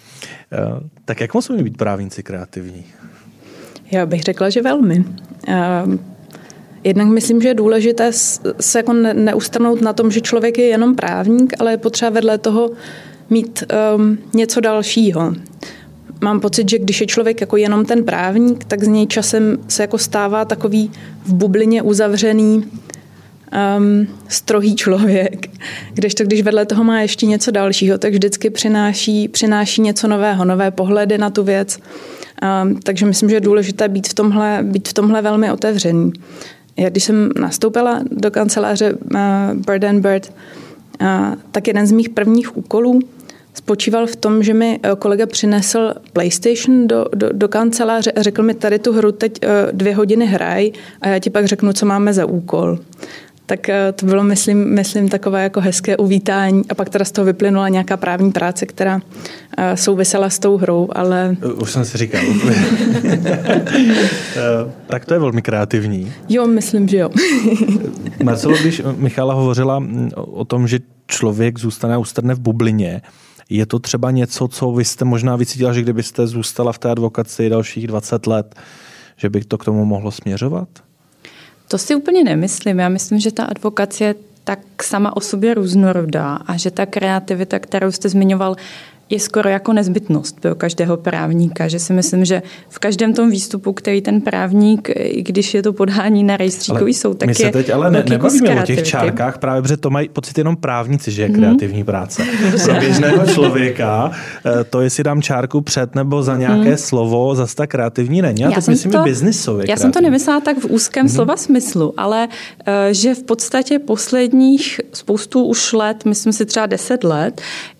Speaker 1: Tak jak moc umí být právníci kreativní?
Speaker 2: Já bych řekla, že velmi. Jednak myslím, že je důležité se jako neustrnout na tom, že člověk je jenom právník, ale je potřeba vedle toho mít um, něco dalšího. Mám pocit, že když je člověk jako jenom ten právník, tak z něj časem se jako stává takový v bublině uzavřený um, strohý člověk. Kdežto když vedle toho má ještě něco dalšího, tak vždycky přináší, přináší něco nového, nové pohledy na tu věc. Um, takže myslím, že je důležité být v tomhle, být v tomhle velmi otevřený. Já když jsem nastoupila do kanceláře uh, Bird and Bird, uh, tak jeden z mých prvních úkolů spočíval v tom, že mi kolega přinesl PlayStation do, do, do kanceláře a řekl mi, tady tu hru teď uh, dvě hodiny hraj a já ti pak řeknu, co máme za úkol. Tak uh, to bylo, myslím, myslím, takové jako hezké uvítání a pak teda z toho vyplynula nějaká právní práce, která uh, souvisela s tou hrou, ale...
Speaker 1: Už jsem si říkal. Tak to je velmi kreativní.
Speaker 2: Jo, myslím, že jo.
Speaker 1: Marcelo, když Michala hovořila o tom, že člověk zůstane a ustrne v bublině, je to třeba něco, co vy jste možná vycítila, že kdybyste zůstala v té advokaci dalších dvacet let, že by to k tomu mohlo směřovat?
Speaker 3: To si úplně nemyslím. Já myslím, že ta advokace je tak sama o sobě různorodá a že ta kreativita, kterou jste zmiňoval, je skoro jako nezbytnost pro každého právníka, že si myslím, že v každém tom výstupu, který ten právník, i když je to podání na rejstříkový soud, tak je...
Speaker 1: My se teď ale ne, nebavíme o těch čárkách, právě protože to mají pocit jenom právníci, že je kreativní práce. Pro běžného člověka to, jestli dám čárku před nebo za nějaké hmm. slovo, zase tak kreativní není. Já, já to myslím, že biznisově.
Speaker 3: Já
Speaker 1: kreativní.
Speaker 3: jsem to nemyslela tak v úzkém hmm. slova smyslu, ale že v podstatě posledních spoustu už let, myslím si třeba deset let,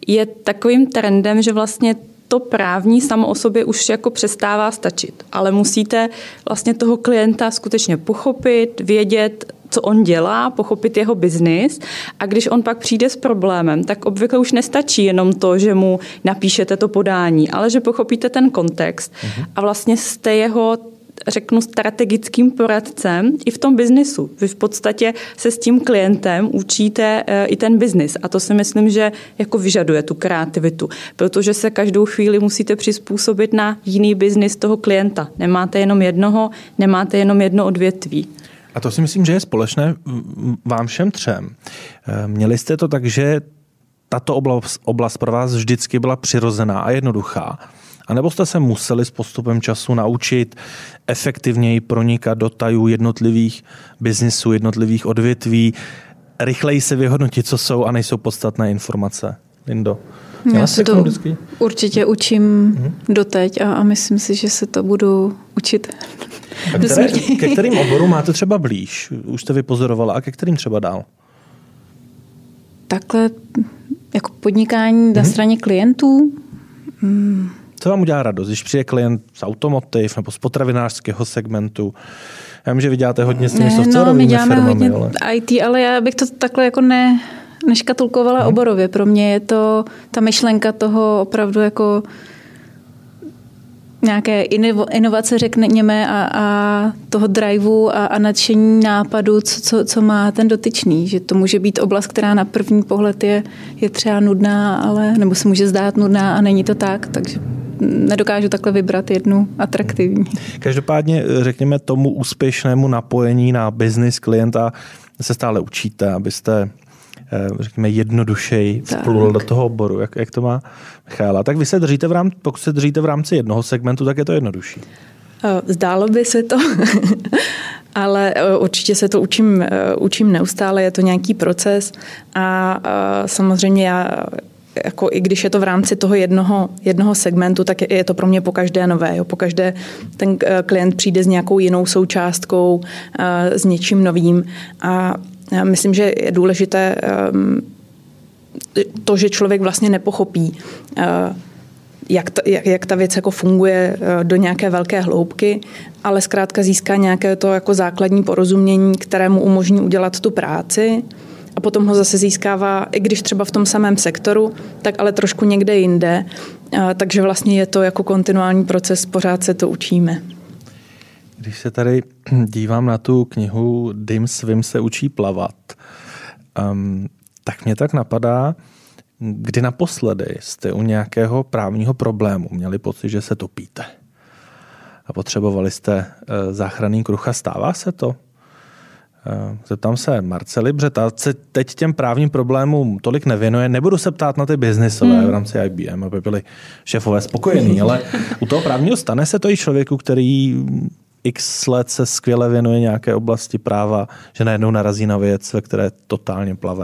Speaker 3: je takovým trendem, že vlastně to právní samo o sobě už jako přestává stačit, ale musíte vlastně toho klienta skutečně pochopit, vědět, co on dělá, pochopit jeho biznis a když on pak přijde s problémem, tak obvykle už nestačí jenom to, že mu napíšete to podání, ale že pochopíte ten kontext uh-huh. a vlastně jste jeho, řeknu, strategickým poradcem i v tom biznisu. Vy v podstatě se s tím klientem učíte i ten biznis a to si myslím, že jako vyžaduje tu kreativitu, protože se každou chvíli musíte přizpůsobit na jiný biznis toho klienta. Nemáte jenom jednoho, nemáte jenom jedno odvětví.
Speaker 1: A to si myslím, že je společné vám všem třem. Měli jste to tak, že tato oblast, oblast pro vás vždycky byla přirozená a jednoduchá? A nebo jste se museli s postupem času naučit efektivněji pronikat do tajů jednotlivých biznisů, jednotlivých odvětví, rychleji se vyhodnotit, co jsou a nejsou podstatné informace? Lindo?
Speaker 4: Já se to vždycky? určitě učím hmm. doteď a, a myslím si, že se to budu učit.
Speaker 1: A které, ke kterým oborům máte třeba blíž? Už jste vypozorovala. A ke kterým třeba dál?
Speaker 4: Takhle jako podnikání hmm. na straně klientů.
Speaker 1: Hmm. Co vám udělá radost, když přijde klient z automotiv nebo z potravinářského segmentu? Já vím, že vy děláte hodně s těmi ne, softwarovými
Speaker 4: no,
Speaker 1: firmami.
Speaker 4: Hodně
Speaker 1: ale...
Speaker 4: í té, ale já bych to takhle jako ne, neškatulkovala hmm. oborově. Pro mě je to ta myšlenka toho opravdu jako nějaké inovace, řekněme, a, a toho driveu a, a nadšení nápadu, co, co, co má ten dotyčný. Že to může být oblast, která na první pohled je, je třeba nudná, ale nebo se může zdát nudná a není to tak, takže nedokážu takhle vybrat jednu atraktivní.
Speaker 1: Každopádně, řekněme, tomu úspěšnému napojení na biznis klienta se stále učíte, abyste řekněme, jednodušeji vplul do toho oboru. Jak, jak to má Michála? Tak vy se držíte v rámci, pokud se držíte v rámci jednoho segmentu, tak je to jednodušší.
Speaker 2: Zdálo by se to, ale určitě se to učím, učím neustále, je to nějaký proces a samozřejmě já jako i když je to v rámci toho jednoho, jednoho segmentu, tak je, je to pro mě po každé nové. Jo. Po každé ten klient přijde s nějakou jinou součástkou, s něčím novým a já myslím, že je důležité to, že člověk vlastně nepochopí, jak ta, jak, jak ta věc jako funguje do nějaké velké hloubky, ale zkrátka získá nějaké to jako základní porozumění, které mu umožní udělat tu práci a potom ho zase získává, i když třeba v tom samém sektoru, tak ale trošku někde jinde. Takže vlastně je to jako kontinuální proces, pořád se to učíme.
Speaker 1: Když se tady dívám na tu knihu Dym svým se učí plavat, um, tak mě tak napadá, kdy naposledy jste u nějakého právního problému měli pocit, že se topíte a potřebovali jste uh, záchranný kruh a stává se to? Uh, zeptám se Marcely, protože ta se teď těm právním problémům tolik nevěnuje. Nebudu se ptát na ty biznisové hmm. v rámci I B M, aby byli šéfové spokojení, ale u toho právního stane se to i člověku, který x let se skvěle věnuje nějaké oblasti práva, že najednou narazí na věc, ve které totálně plave.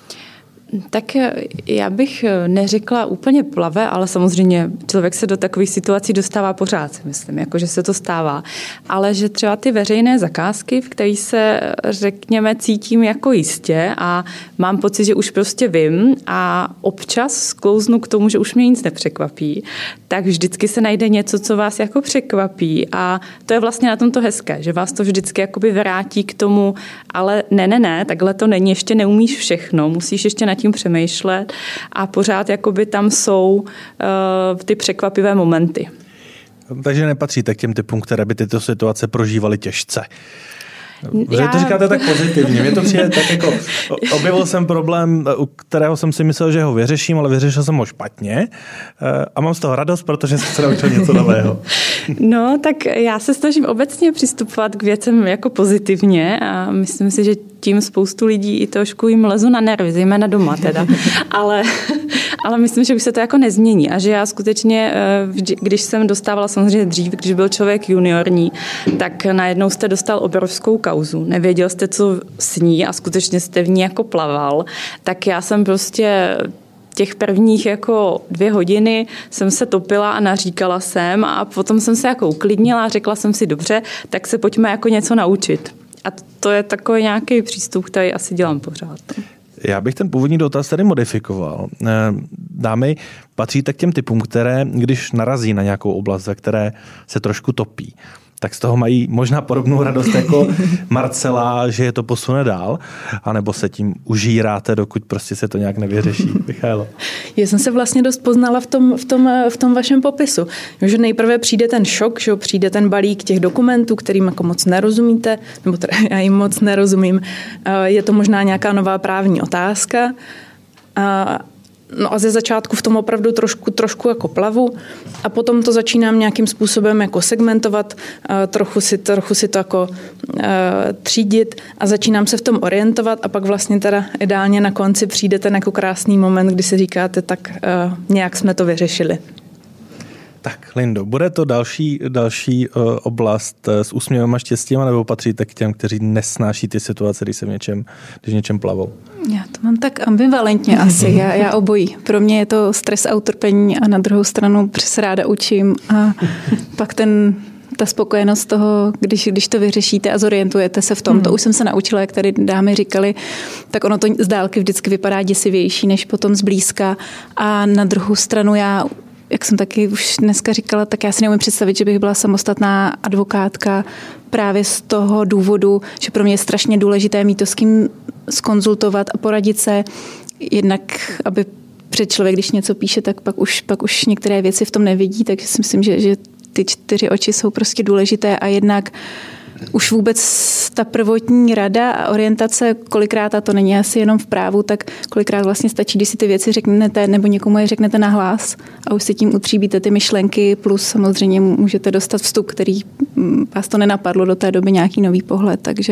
Speaker 3: Tak já bych neřekla úplně plave, ale samozřejmě člověk se do takových situací dostává pořád, myslím, jako že se to stává. Ale že třeba ty veřejné zakázky, v kterých se, řekněme, cítím jako jistě a mám pocit, že už prostě vím a občas sklouznu k tomu, že už mě nic nepřekvapí, tak vždycky se najde něco, co vás jako překvapí a to je vlastně na tom to hezké, že vás to vždycky jakoby vrátí k tomu, ale ne, ne, ne, takhle to není, ještě neumíš všechno, musíš ještě na tím přemýšlet a pořád jakoby tam jsou uh, ty překvapivé momenty.
Speaker 1: Takže nepatříte k těm typům, které by tyto situace prožívaly těžce. Že
Speaker 3: Já...
Speaker 1: to říkáte tak pozitivně. Mě to přijde tak jako, objevil jsem problém, u kterého jsem si myslel, že ho vyřeším, ale vyřešil jsem ho špatně a mám z toho radost, protože jsem se naučil něco nového.
Speaker 3: No, tak já se snažím obecně přistupovat k věcem jako pozitivně a myslím si, že tím spoustu lidí i trošku jim lezu na nervy, zejména doma teda. ale, ale myslím, že už se to jako nezmění a že já skutečně, když jsem dostávala samozřejmě dřív, když byl člověk juniorní, tak najednou jste dostal obrovskou kauzu. Nevěděl jste, co sní a skutečně jste v ní jako plaval. Tak já jsem prostě těch prvních jako dvě hodiny jsem se topila a naříkala jsem a potom jsem se jako uklidnila a řekla jsem si dobře, tak se pojďme jako něco naučit. A to je takový nějaký přístup, který asi dělám pořád.
Speaker 1: Já bych ten původní dotaz tady modifikoval. Dámy, patříte k těm typům, které, když narazí na nějakou oblast, ve které se trošku topí, tak z toho mají možná podobnou radost jako Marcela, že je to posune dál, anebo se tím užíráte, dokud prostě se to nějak nevyřeší. Michaelo.
Speaker 2: Já jsem se vlastně dost poznala v tom, v tom, v tom vašem popisu. Že nejprve přijde ten šok, že přijde ten balík těch dokumentů, kterým jako moc nerozumíte, nebo teda já jim moc nerozumím. Je to možná nějaká nová právní otázka. No a ze začátku v tom opravdu trošku, trošku jako plavu a potom to začínám nějakým způsobem jako segmentovat, trochu si, trochu si to jako uh, třídit a začínám se v tom orientovat a pak vlastně teda ideálně na konci přijde ten jako krásný moment, kdy si říkáte, tak uh, nějak jsme to vyřešili.
Speaker 1: Tak, Lindo, bude to další, další uh, oblast uh, s úsměvem a štěstím, nebo patříte k těm, kteří nesnáší ty situace, když se v něčem, když v něčem plavou?
Speaker 4: Já to mám tak ambivalentně asi, já, já obojí. Pro mě je to stres a utrpení a na druhou stranu přes ráda učím a pak ten, ta spokojenost toho, když, když to vyřešíte a zorientujete se v tom, hmm. to už jsem se naučila, jak tady dámy říkali, tak ono to z dálky vždycky vypadá děsivější, než potom zblízka a na druhou stranu já jak jsem taky už dneska říkala, tak já si neumím představit, že bych byla samostatná advokátka právě z toho důvodu, že pro mě je strašně důležité mít to s kým zkonzultovat a poradit se, jednak, aby před člověk, když něco píše, tak pak už, pak už některé věci v tom nevidí, takže si myslím, že, že ty čtyři oči jsou prostě důležité a jednak už vůbec ta prvotní rada a orientace, kolikrát, a to není asi jenom v právu, tak kolikrát vlastně stačí, když si ty věci řeknete nebo někomu je řeknete nahlas a už si tím utříbíte ty myšlenky, plus samozřejmě můžete dostat vstup, který vás to nenapadlo do té doby nějaký nový pohled, takže...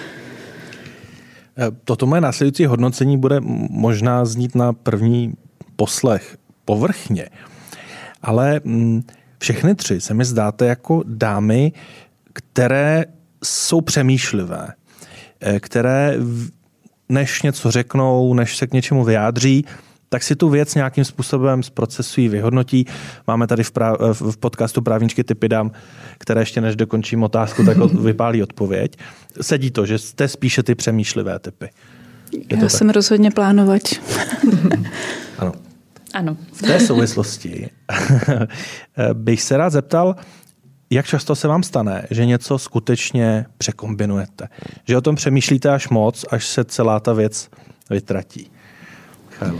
Speaker 1: Toto moje následující hodnocení bude možná znít na první poslech povrchně, ale všechny tři se mi zdáte jako dámy, které jsou přemýšlivé, které než něco řeknou, než se k něčemu vyjádří, tak si tu věc nějakým způsobem zprocesují, vyhodnotí. Máme tady v, práv, v podcastu Právničky tipy dám, které ještě než dokončím otázku, tak vypálí odpověď. Sedí to, že jste spíše ty přemýšlivé typy.
Speaker 4: Je Já jsem tak? rozhodně plánovač.
Speaker 1: Ano.
Speaker 3: Ano.
Speaker 1: V té souvislosti bych se rád zeptal, jak často se vám stane, že něco skutečně překombinujete? Že o tom přemýšlíte až moc, až se celá ta věc vytratí? Michaelo.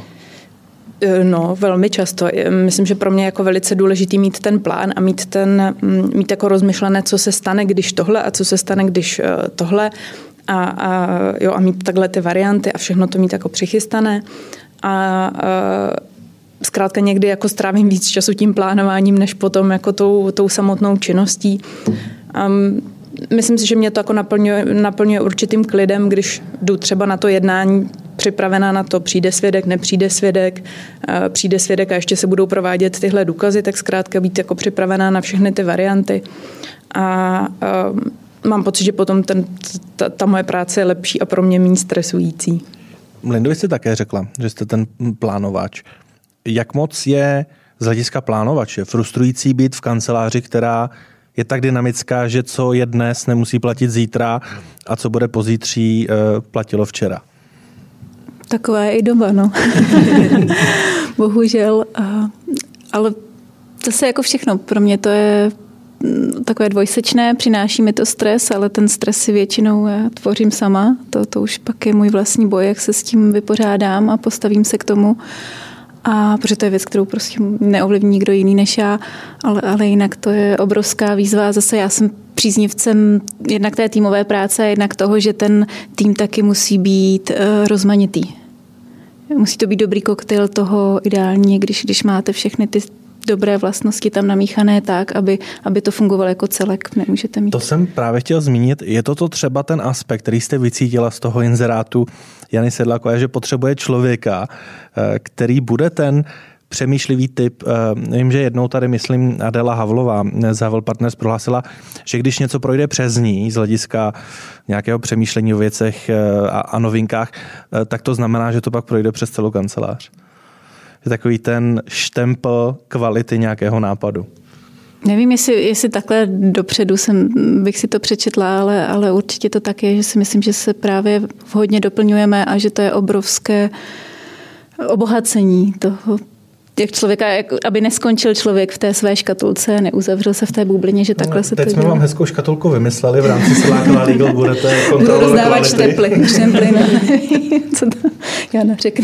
Speaker 2: No, velmi často. Myslím, že pro mě je jako velice důležitý mít ten plán a mít, ten, mít jako rozmyšlené, co se stane, když tohle a co se stane, když tohle a, a, jo, a mít takhle ty varianty a všechno to mít jako přichystané. A, a zkrátka někdy jako strávím víc času tím plánováním, než potom jako tou, tou samotnou činností. Um, myslím si, že mě to jako naplňuje, naplňuje určitým klidem, když jdu třeba na to jednání připravená na to, přijde svědek, nepřijde svědek, uh, přijde svědek a ještě se budou provádět tyhle důkazy, tak zkrátka být jako připravená na všechny ty varianty. A um, mám pocit, že potom ten, ta, ta moje práce je lepší a pro mě méně stresující.
Speaker 1: Lindo, jste také řekla, že jste ten plánovač. Jak moc je z hlediska plánovače frustrující být v kanceláři, která je tak dynamická, že co je dnes, nemusí platit zítra a co bude pozítří, platilo včera?
Speaker 4: Taková je i doba, no. Bohužel. Ale zase jako všechno. Pro mě to je takové dvojsečné, přináší mi to stres, ale ten stres si většinou já tvořím sama. To, to už pak je můj vlastní boj, jak se s tím vypořádám a postavím se k tomu. A protože to je věc, kterou prostě neovlivní nikdo jiný než já, ale, ale jinak to je obrovská výzva. Zase já jsem příznivcem jednak té týmové práce, jednak toho, že ten tým taky musí být uh, rozmanitý. Musí to být dobrý koktejl toho ideální, když, když máte všechny ty dobré vlastnosti tam namíchané tak, aby, aby to fungovalo jako celek. Nemůžete mít.
Speaker 1: To jsem právě chtěl zmínit. Je to to třeba ten aspekt, který jste vycítila z toho inzerátu Jany Sedlákové, že potřebuje člověka, který bude ten přemýšlivý typ. Vím, že jednou tady, myslím, Adela Havlová z Havel Partners prohlásila, že když něco projde přes ní z hlediska nějakého přemýšlení o věcech a, a novinkách, tak to znamená, že to pak projde přes celou kancelář. Je takový ten štempel kvality nějakého nápadu.
Speaker 4: Nevím, jestli, jestli takhle dopředu jsem, bych si to přečetla, ale, ale určitě to tak je, že si myslím, že se právě hodně doplňujeme a že to je obrovské obohacení toho, jak člověka, aby neskončil člověk v té své škatulce, neuzavřel se v té bublině, že takhle no, se to dělá.
Speaker 1: Teď jsme vám hezkou škatulku vymysleli v rámci Siláková Legal, budete kontrolovat
Speaker 4: kvality. Teply, štemply, co to Jana řekne.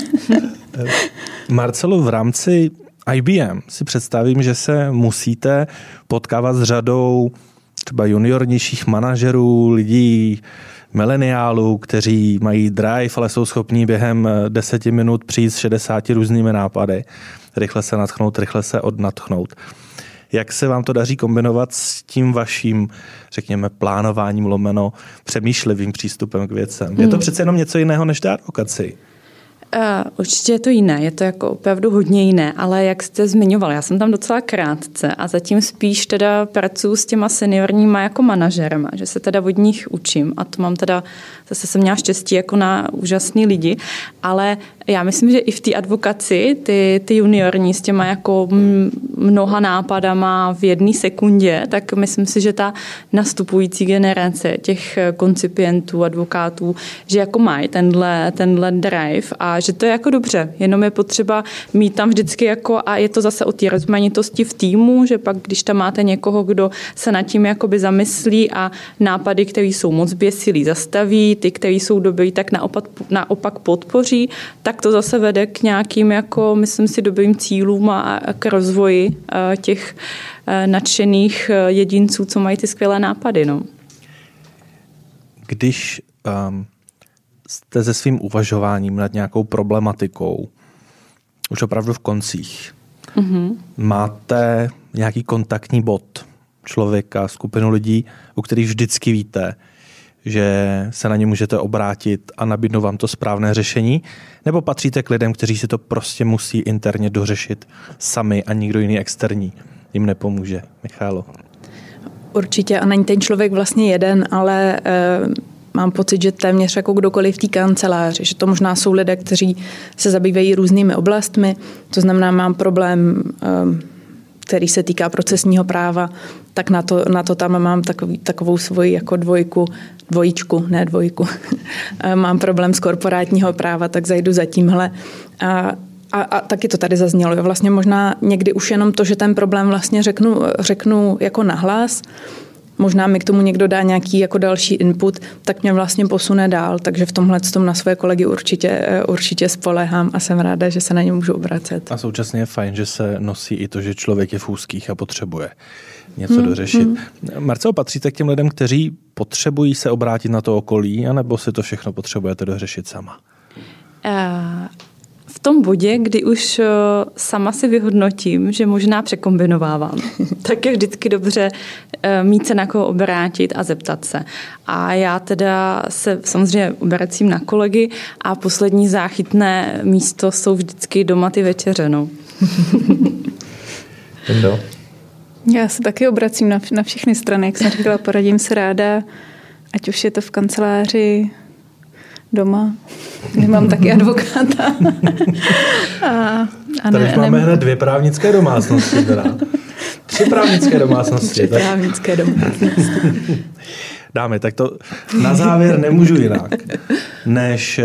Speaker 1: Marcelo, v rámci I B M si představím, že se musíte potkávat s řadou třeba juniornějších manažerů, lidí, mileniálů, kteří mají drive, ale jsou schopní během deseti minut přijít s šedesáti různými nápady, rychle se nadchnout, rychle se odnadchnout. Jak se vám to daří kombinovat s tím vaším, řekněme, plánováním lomeno přemýšlivým přístupem k věcem? Hmm. Je to přece jenom něco jiného než ta advokaci.
Speaker 3: Uh, určitě je to jiné, je to jako opravdu hodně jiné, ale jak jste zmiňoval, já jsem tam docela krátce a zatím spíš teda pracuji s těma seniorníma jako manažerama, že se teda od nich učím a to mám teda, zase jsem měla štěstí jako na úžasný lidi, ale já myslím, že i v té advokaci ty, ty juniorní s těma jako mnoha nápadama v jedné sekundě, tak myslím si, že ta nastupující generace těch koncipientů, advokátů, že jako mají tenhle, tenhle drive a že to je jako dobře, jenom je potřeba mít tam vždycky jako, a je to zase o té rozmanitosti v týmu, že pak, když tam máte někoho, kdo se nad tím jakoby zamyslí a nápady, které jsou moc běsilí, zastaví, ty, které jsou dobrý, tak naopak, naopak podpoří, tak to zase vede k nějakým, jako, myslím si, dobrým cílům a k rozvoji těch nadšených jedinců, co mají ty skvělé nápady. No.
Speaker 1: Když um, jste se svým uvažováním nad nějakou problematikou už opravdu v koncích, mm-hmm. máte nějaký kontaktní bod člověka, skupinu lidí, u kterých vždycky víte, že se na ně můžete obrátit a nabídnou vám to správné řešení, nebo patříte k lidem, kteří si to prostě musí interně dořešit sami a nikdo jiný externí jim nepomůže? Michálo.
Speaker 2: Určitě a není ten člověk vlastně jeden, ale e, mám pocit, že téměř jako kdokoliv v té kanceláři, že to možná jsou lidé, kteří se zabývají různými oblastmi, to znamená, mám problém, e, který se týká procesního práva, tak na to, na to tam mám takový, takovou svoji jako dvojku, dvojičku, ne dvojku. Mám problém z korporátního práva, tak zajdu za tímhle. A, a, a taky to tady zaznělo. Vlastně možná někdy už jenom to, že ten problém vlastně řeknu, řeknu jako nahlas, možná mi k tomu někdo dá nějaký jako další input, tak mě vlastně posune dál. Takže v tomhle tom na své kolegy určitě, určitě spolehám a jsem ráda, že se na ně můžu obracet.
Speaker 1: A současně je fajn, že se nosí i to, že člověk je v úzkých a potřebuje něco hmm, dořešit. Hmm. Marcelo, patříte k těm lidem, kteří potřebují se obrátit na to okolí, anebo si to všechno potřebujete dořešit sama?
Speaker 3: Uh... V tom bodě, kdy už sama si vyhodnotím, že možná překombinovávám, tak je vždycky dobře mít se na koho obrátit a zeptat se. A já teda se samozřejmě obracím na kolegy a poslední záchytné místo jsou vždycky doma ty večeře. No.
Speaker 4: Já se taky obracím na, na všechny strany, jak jsem říkala, poradím se ráda, ať už je to v kanceláři, doma, kde mám taky advokáta. a, a
Speaker 1: Tady
Speaker 4: ne,
Speaker 1: máme
Speaker 4: ne...
Speaker 1: hned dvě právnické domácnosti. Teda. Tři právnické domácnosti.
Speaker 2: Tři tak. právnické domácnosti.
Speaker 1: Dáme, tak to na závěr nemůžu jinak, než eh,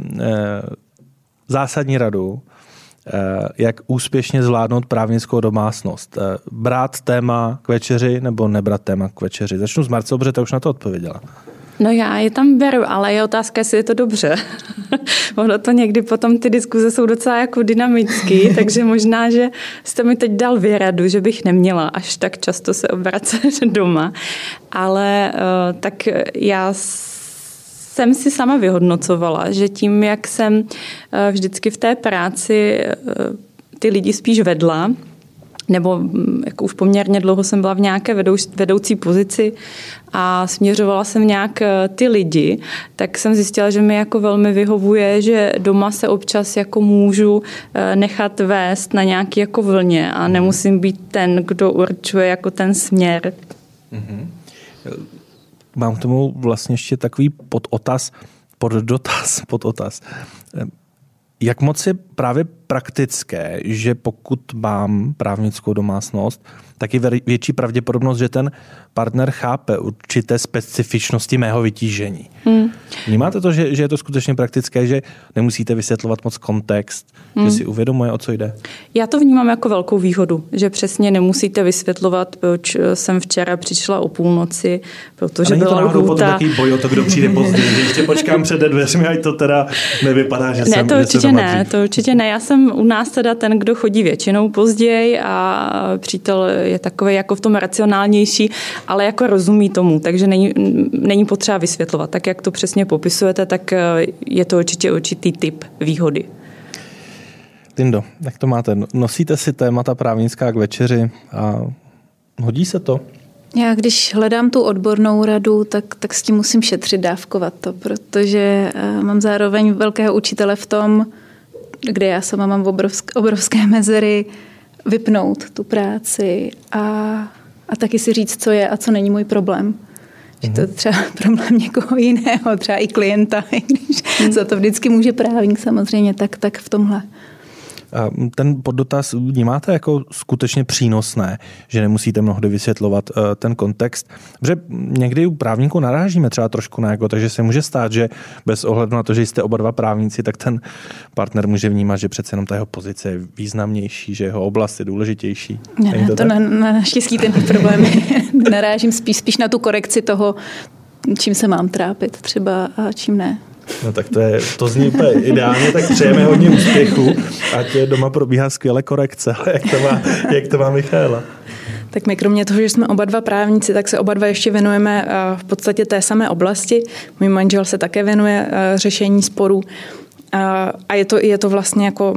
Speaker 1: zásadní radu, eh, jak úspěšně zvládnout právnickou domácnost. Eh, brát téma k večeři nebo nebrat téma k večeři. Začnu s Marcelou, protože ta už na to odpověděla.
Speaker 3: No já je tam beru, ale je otázka, jestli je to dobře. Ono to někdy potom ty diskuze jsou docela jako dynamický, takže možná, že jste mi teď dal výradu, že bych neměla až tak často se obracet doma. Ale tak já jsem si sama vyhodnocovala, že tím, jak jsem vždycky v té práci ty lidi spíš vedla, nebo jako už poměrně dlouho jsem byla v nějaké vedoucí pozici a směřovala jsem nějak ty lidi, tak jsem zjistila, že mi jako velmi vyhovuje, že doma se občas jako můžu nechat vést na nějaký jako vlně a nemusím být ten, kdo určuje jako ten směr.
Speaker 1: Mm-hmm. Mám k tomu vlastně ještě takový podotaz, poddotaz, podotaz. Jak moc je právě praktické, že pokud mám právnickou domácnost, tak je větší pravděpodobnost, že ten partner chápe určité specifičnosti mého vytížení. Hmm. Vnímáte to, že, že je to skutečně praktické, že nemusíte vysvětlovat moc kontext, hmm. že si uvědomuje, o co jde?
Speaker 3: Já to vnímám jako velkou výhodu, že přesně nemusíte vysvětlovat, proč jsem včera přišla o půlnoci, protože byla lhůta. A není to náhodou
Speaker 1: takový boj o to, kdo přijde později, že ještě počkám před dveřmi, ať to teda nevypadá, že
Speaker 3: ne,
Speaker 1: jsem...
Speaker 3: To
Speaker 1: že
Speaker 3: určitě ne, to určitě ne. Já jsem u nás teda ten, kdo chodí většinou později a přítel je takový jako v tom racionálnější, ale jako rozumí tomu, takže není, není potřeba vysvětlovat. Tak, jak to přesně popisujete, tak je to určitě určitý typ výhody.
Speaker 1: Tindo, jak to máte? Nosíte si témata právnická k večeři a hodí se to?
Speaker 4: Já když hledám tu odbornou radu, tak, tak s tím musím šetřit, dávkovat to, protože mám zároveň velkého učitele v tom, kde já sama mám obrovské, obrovské mezery, vypnout tu práci a, a taky si říct, co je a co není můj problém. Že to je třeba problém někoho jiného, třeba i klienta, i když za to vždycky může právník samozřejmě, tak, tak v tomhle.
Speaker 1: A ten poddotaz vnímáte jako skutečně přínosné, že nemusíte mnohdy vysvětlovat uh, ten kontext, protože někdy u právníků narážíme třeba trošku na jako, takže se může stát, že bez ohledu na to, že jste oba dva právníci, tak ten partner může vnímat, že přece jenom ta jeho pozice je významnější, že jeho oblast je důležitější.
Speaker 4: Ne, ne, to, to na, na naštěstí ten problém narážím spíš, spíš na tu korekci toho, čím se mám trápit třeba a čím ne.
Speaker 1: No tak to, je, to zní úplně ideálně, tak přejeme hodně úspěchu, ať doma probíhá skvělé korekce. Jak to má, jak to má Michaela?
Speaker 2: Tak my kromě toho, že jsme oba dva právníci, tak se oba dva ještě věnujeme v podstatě té samé oblasti. Můj manžel se také věnuje řešení sporů a je to, je to vlastně jako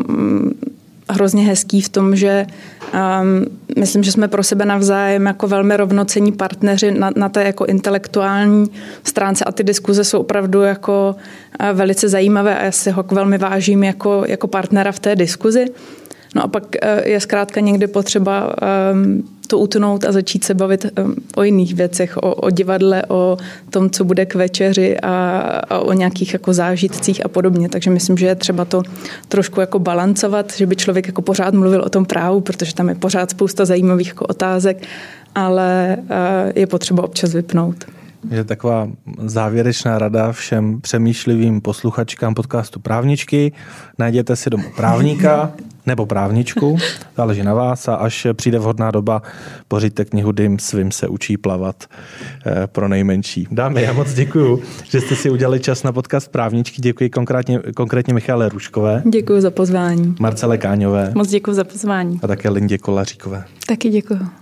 Speaker 2: hrozně hezký v tom, že um, myslím, že jsme pro sebe navzájem jako velmi rovnocenní partneři na, na té jako intelektuální stránce a ty diskuze jsou opravdu jako uh, velice zajímavé a já si ho jako velmi vážím jako, jako partnera v té diskuzi. No a pak uh, je zkrátka někdy potřeba um, to utnout a začít se bavit um, o jiných věcech, o, o divadle, o tom, co bude k večeři a, a o nějakých jako zážitcích a podobně. Takže myslím, že je třeba to trošku jako balancovat, že by člověk jako pořád mluvil o tom právu, protože tam je pořád spousta zajímavých jako otázek, ale uh, je potřeba občas vypnout.
Speaker 1: Je taková závěrečná rada všem přemýšlivým posluchačkám podcastu Právničky. Najděte si doma právníka nebo právničku, záleží na vás a až přijde vhodná doba, pořiďte knihu Dym svým se učí plavat eh, pro nejmenší. Dámy, já moc děkuju, že jste si udělali čas na podcast Právničky. Děkuji konkrétně, konkrétně Michaele Růžkové.
Speaker 2: Děkuji za pozvání.
Speaker 1: Marcele Káňové.
Speaker 3: Moc děkuji za pozvání.
Speaker 1: A také Lindě Kolaříkové.
Speaker 4: Taky děkuji.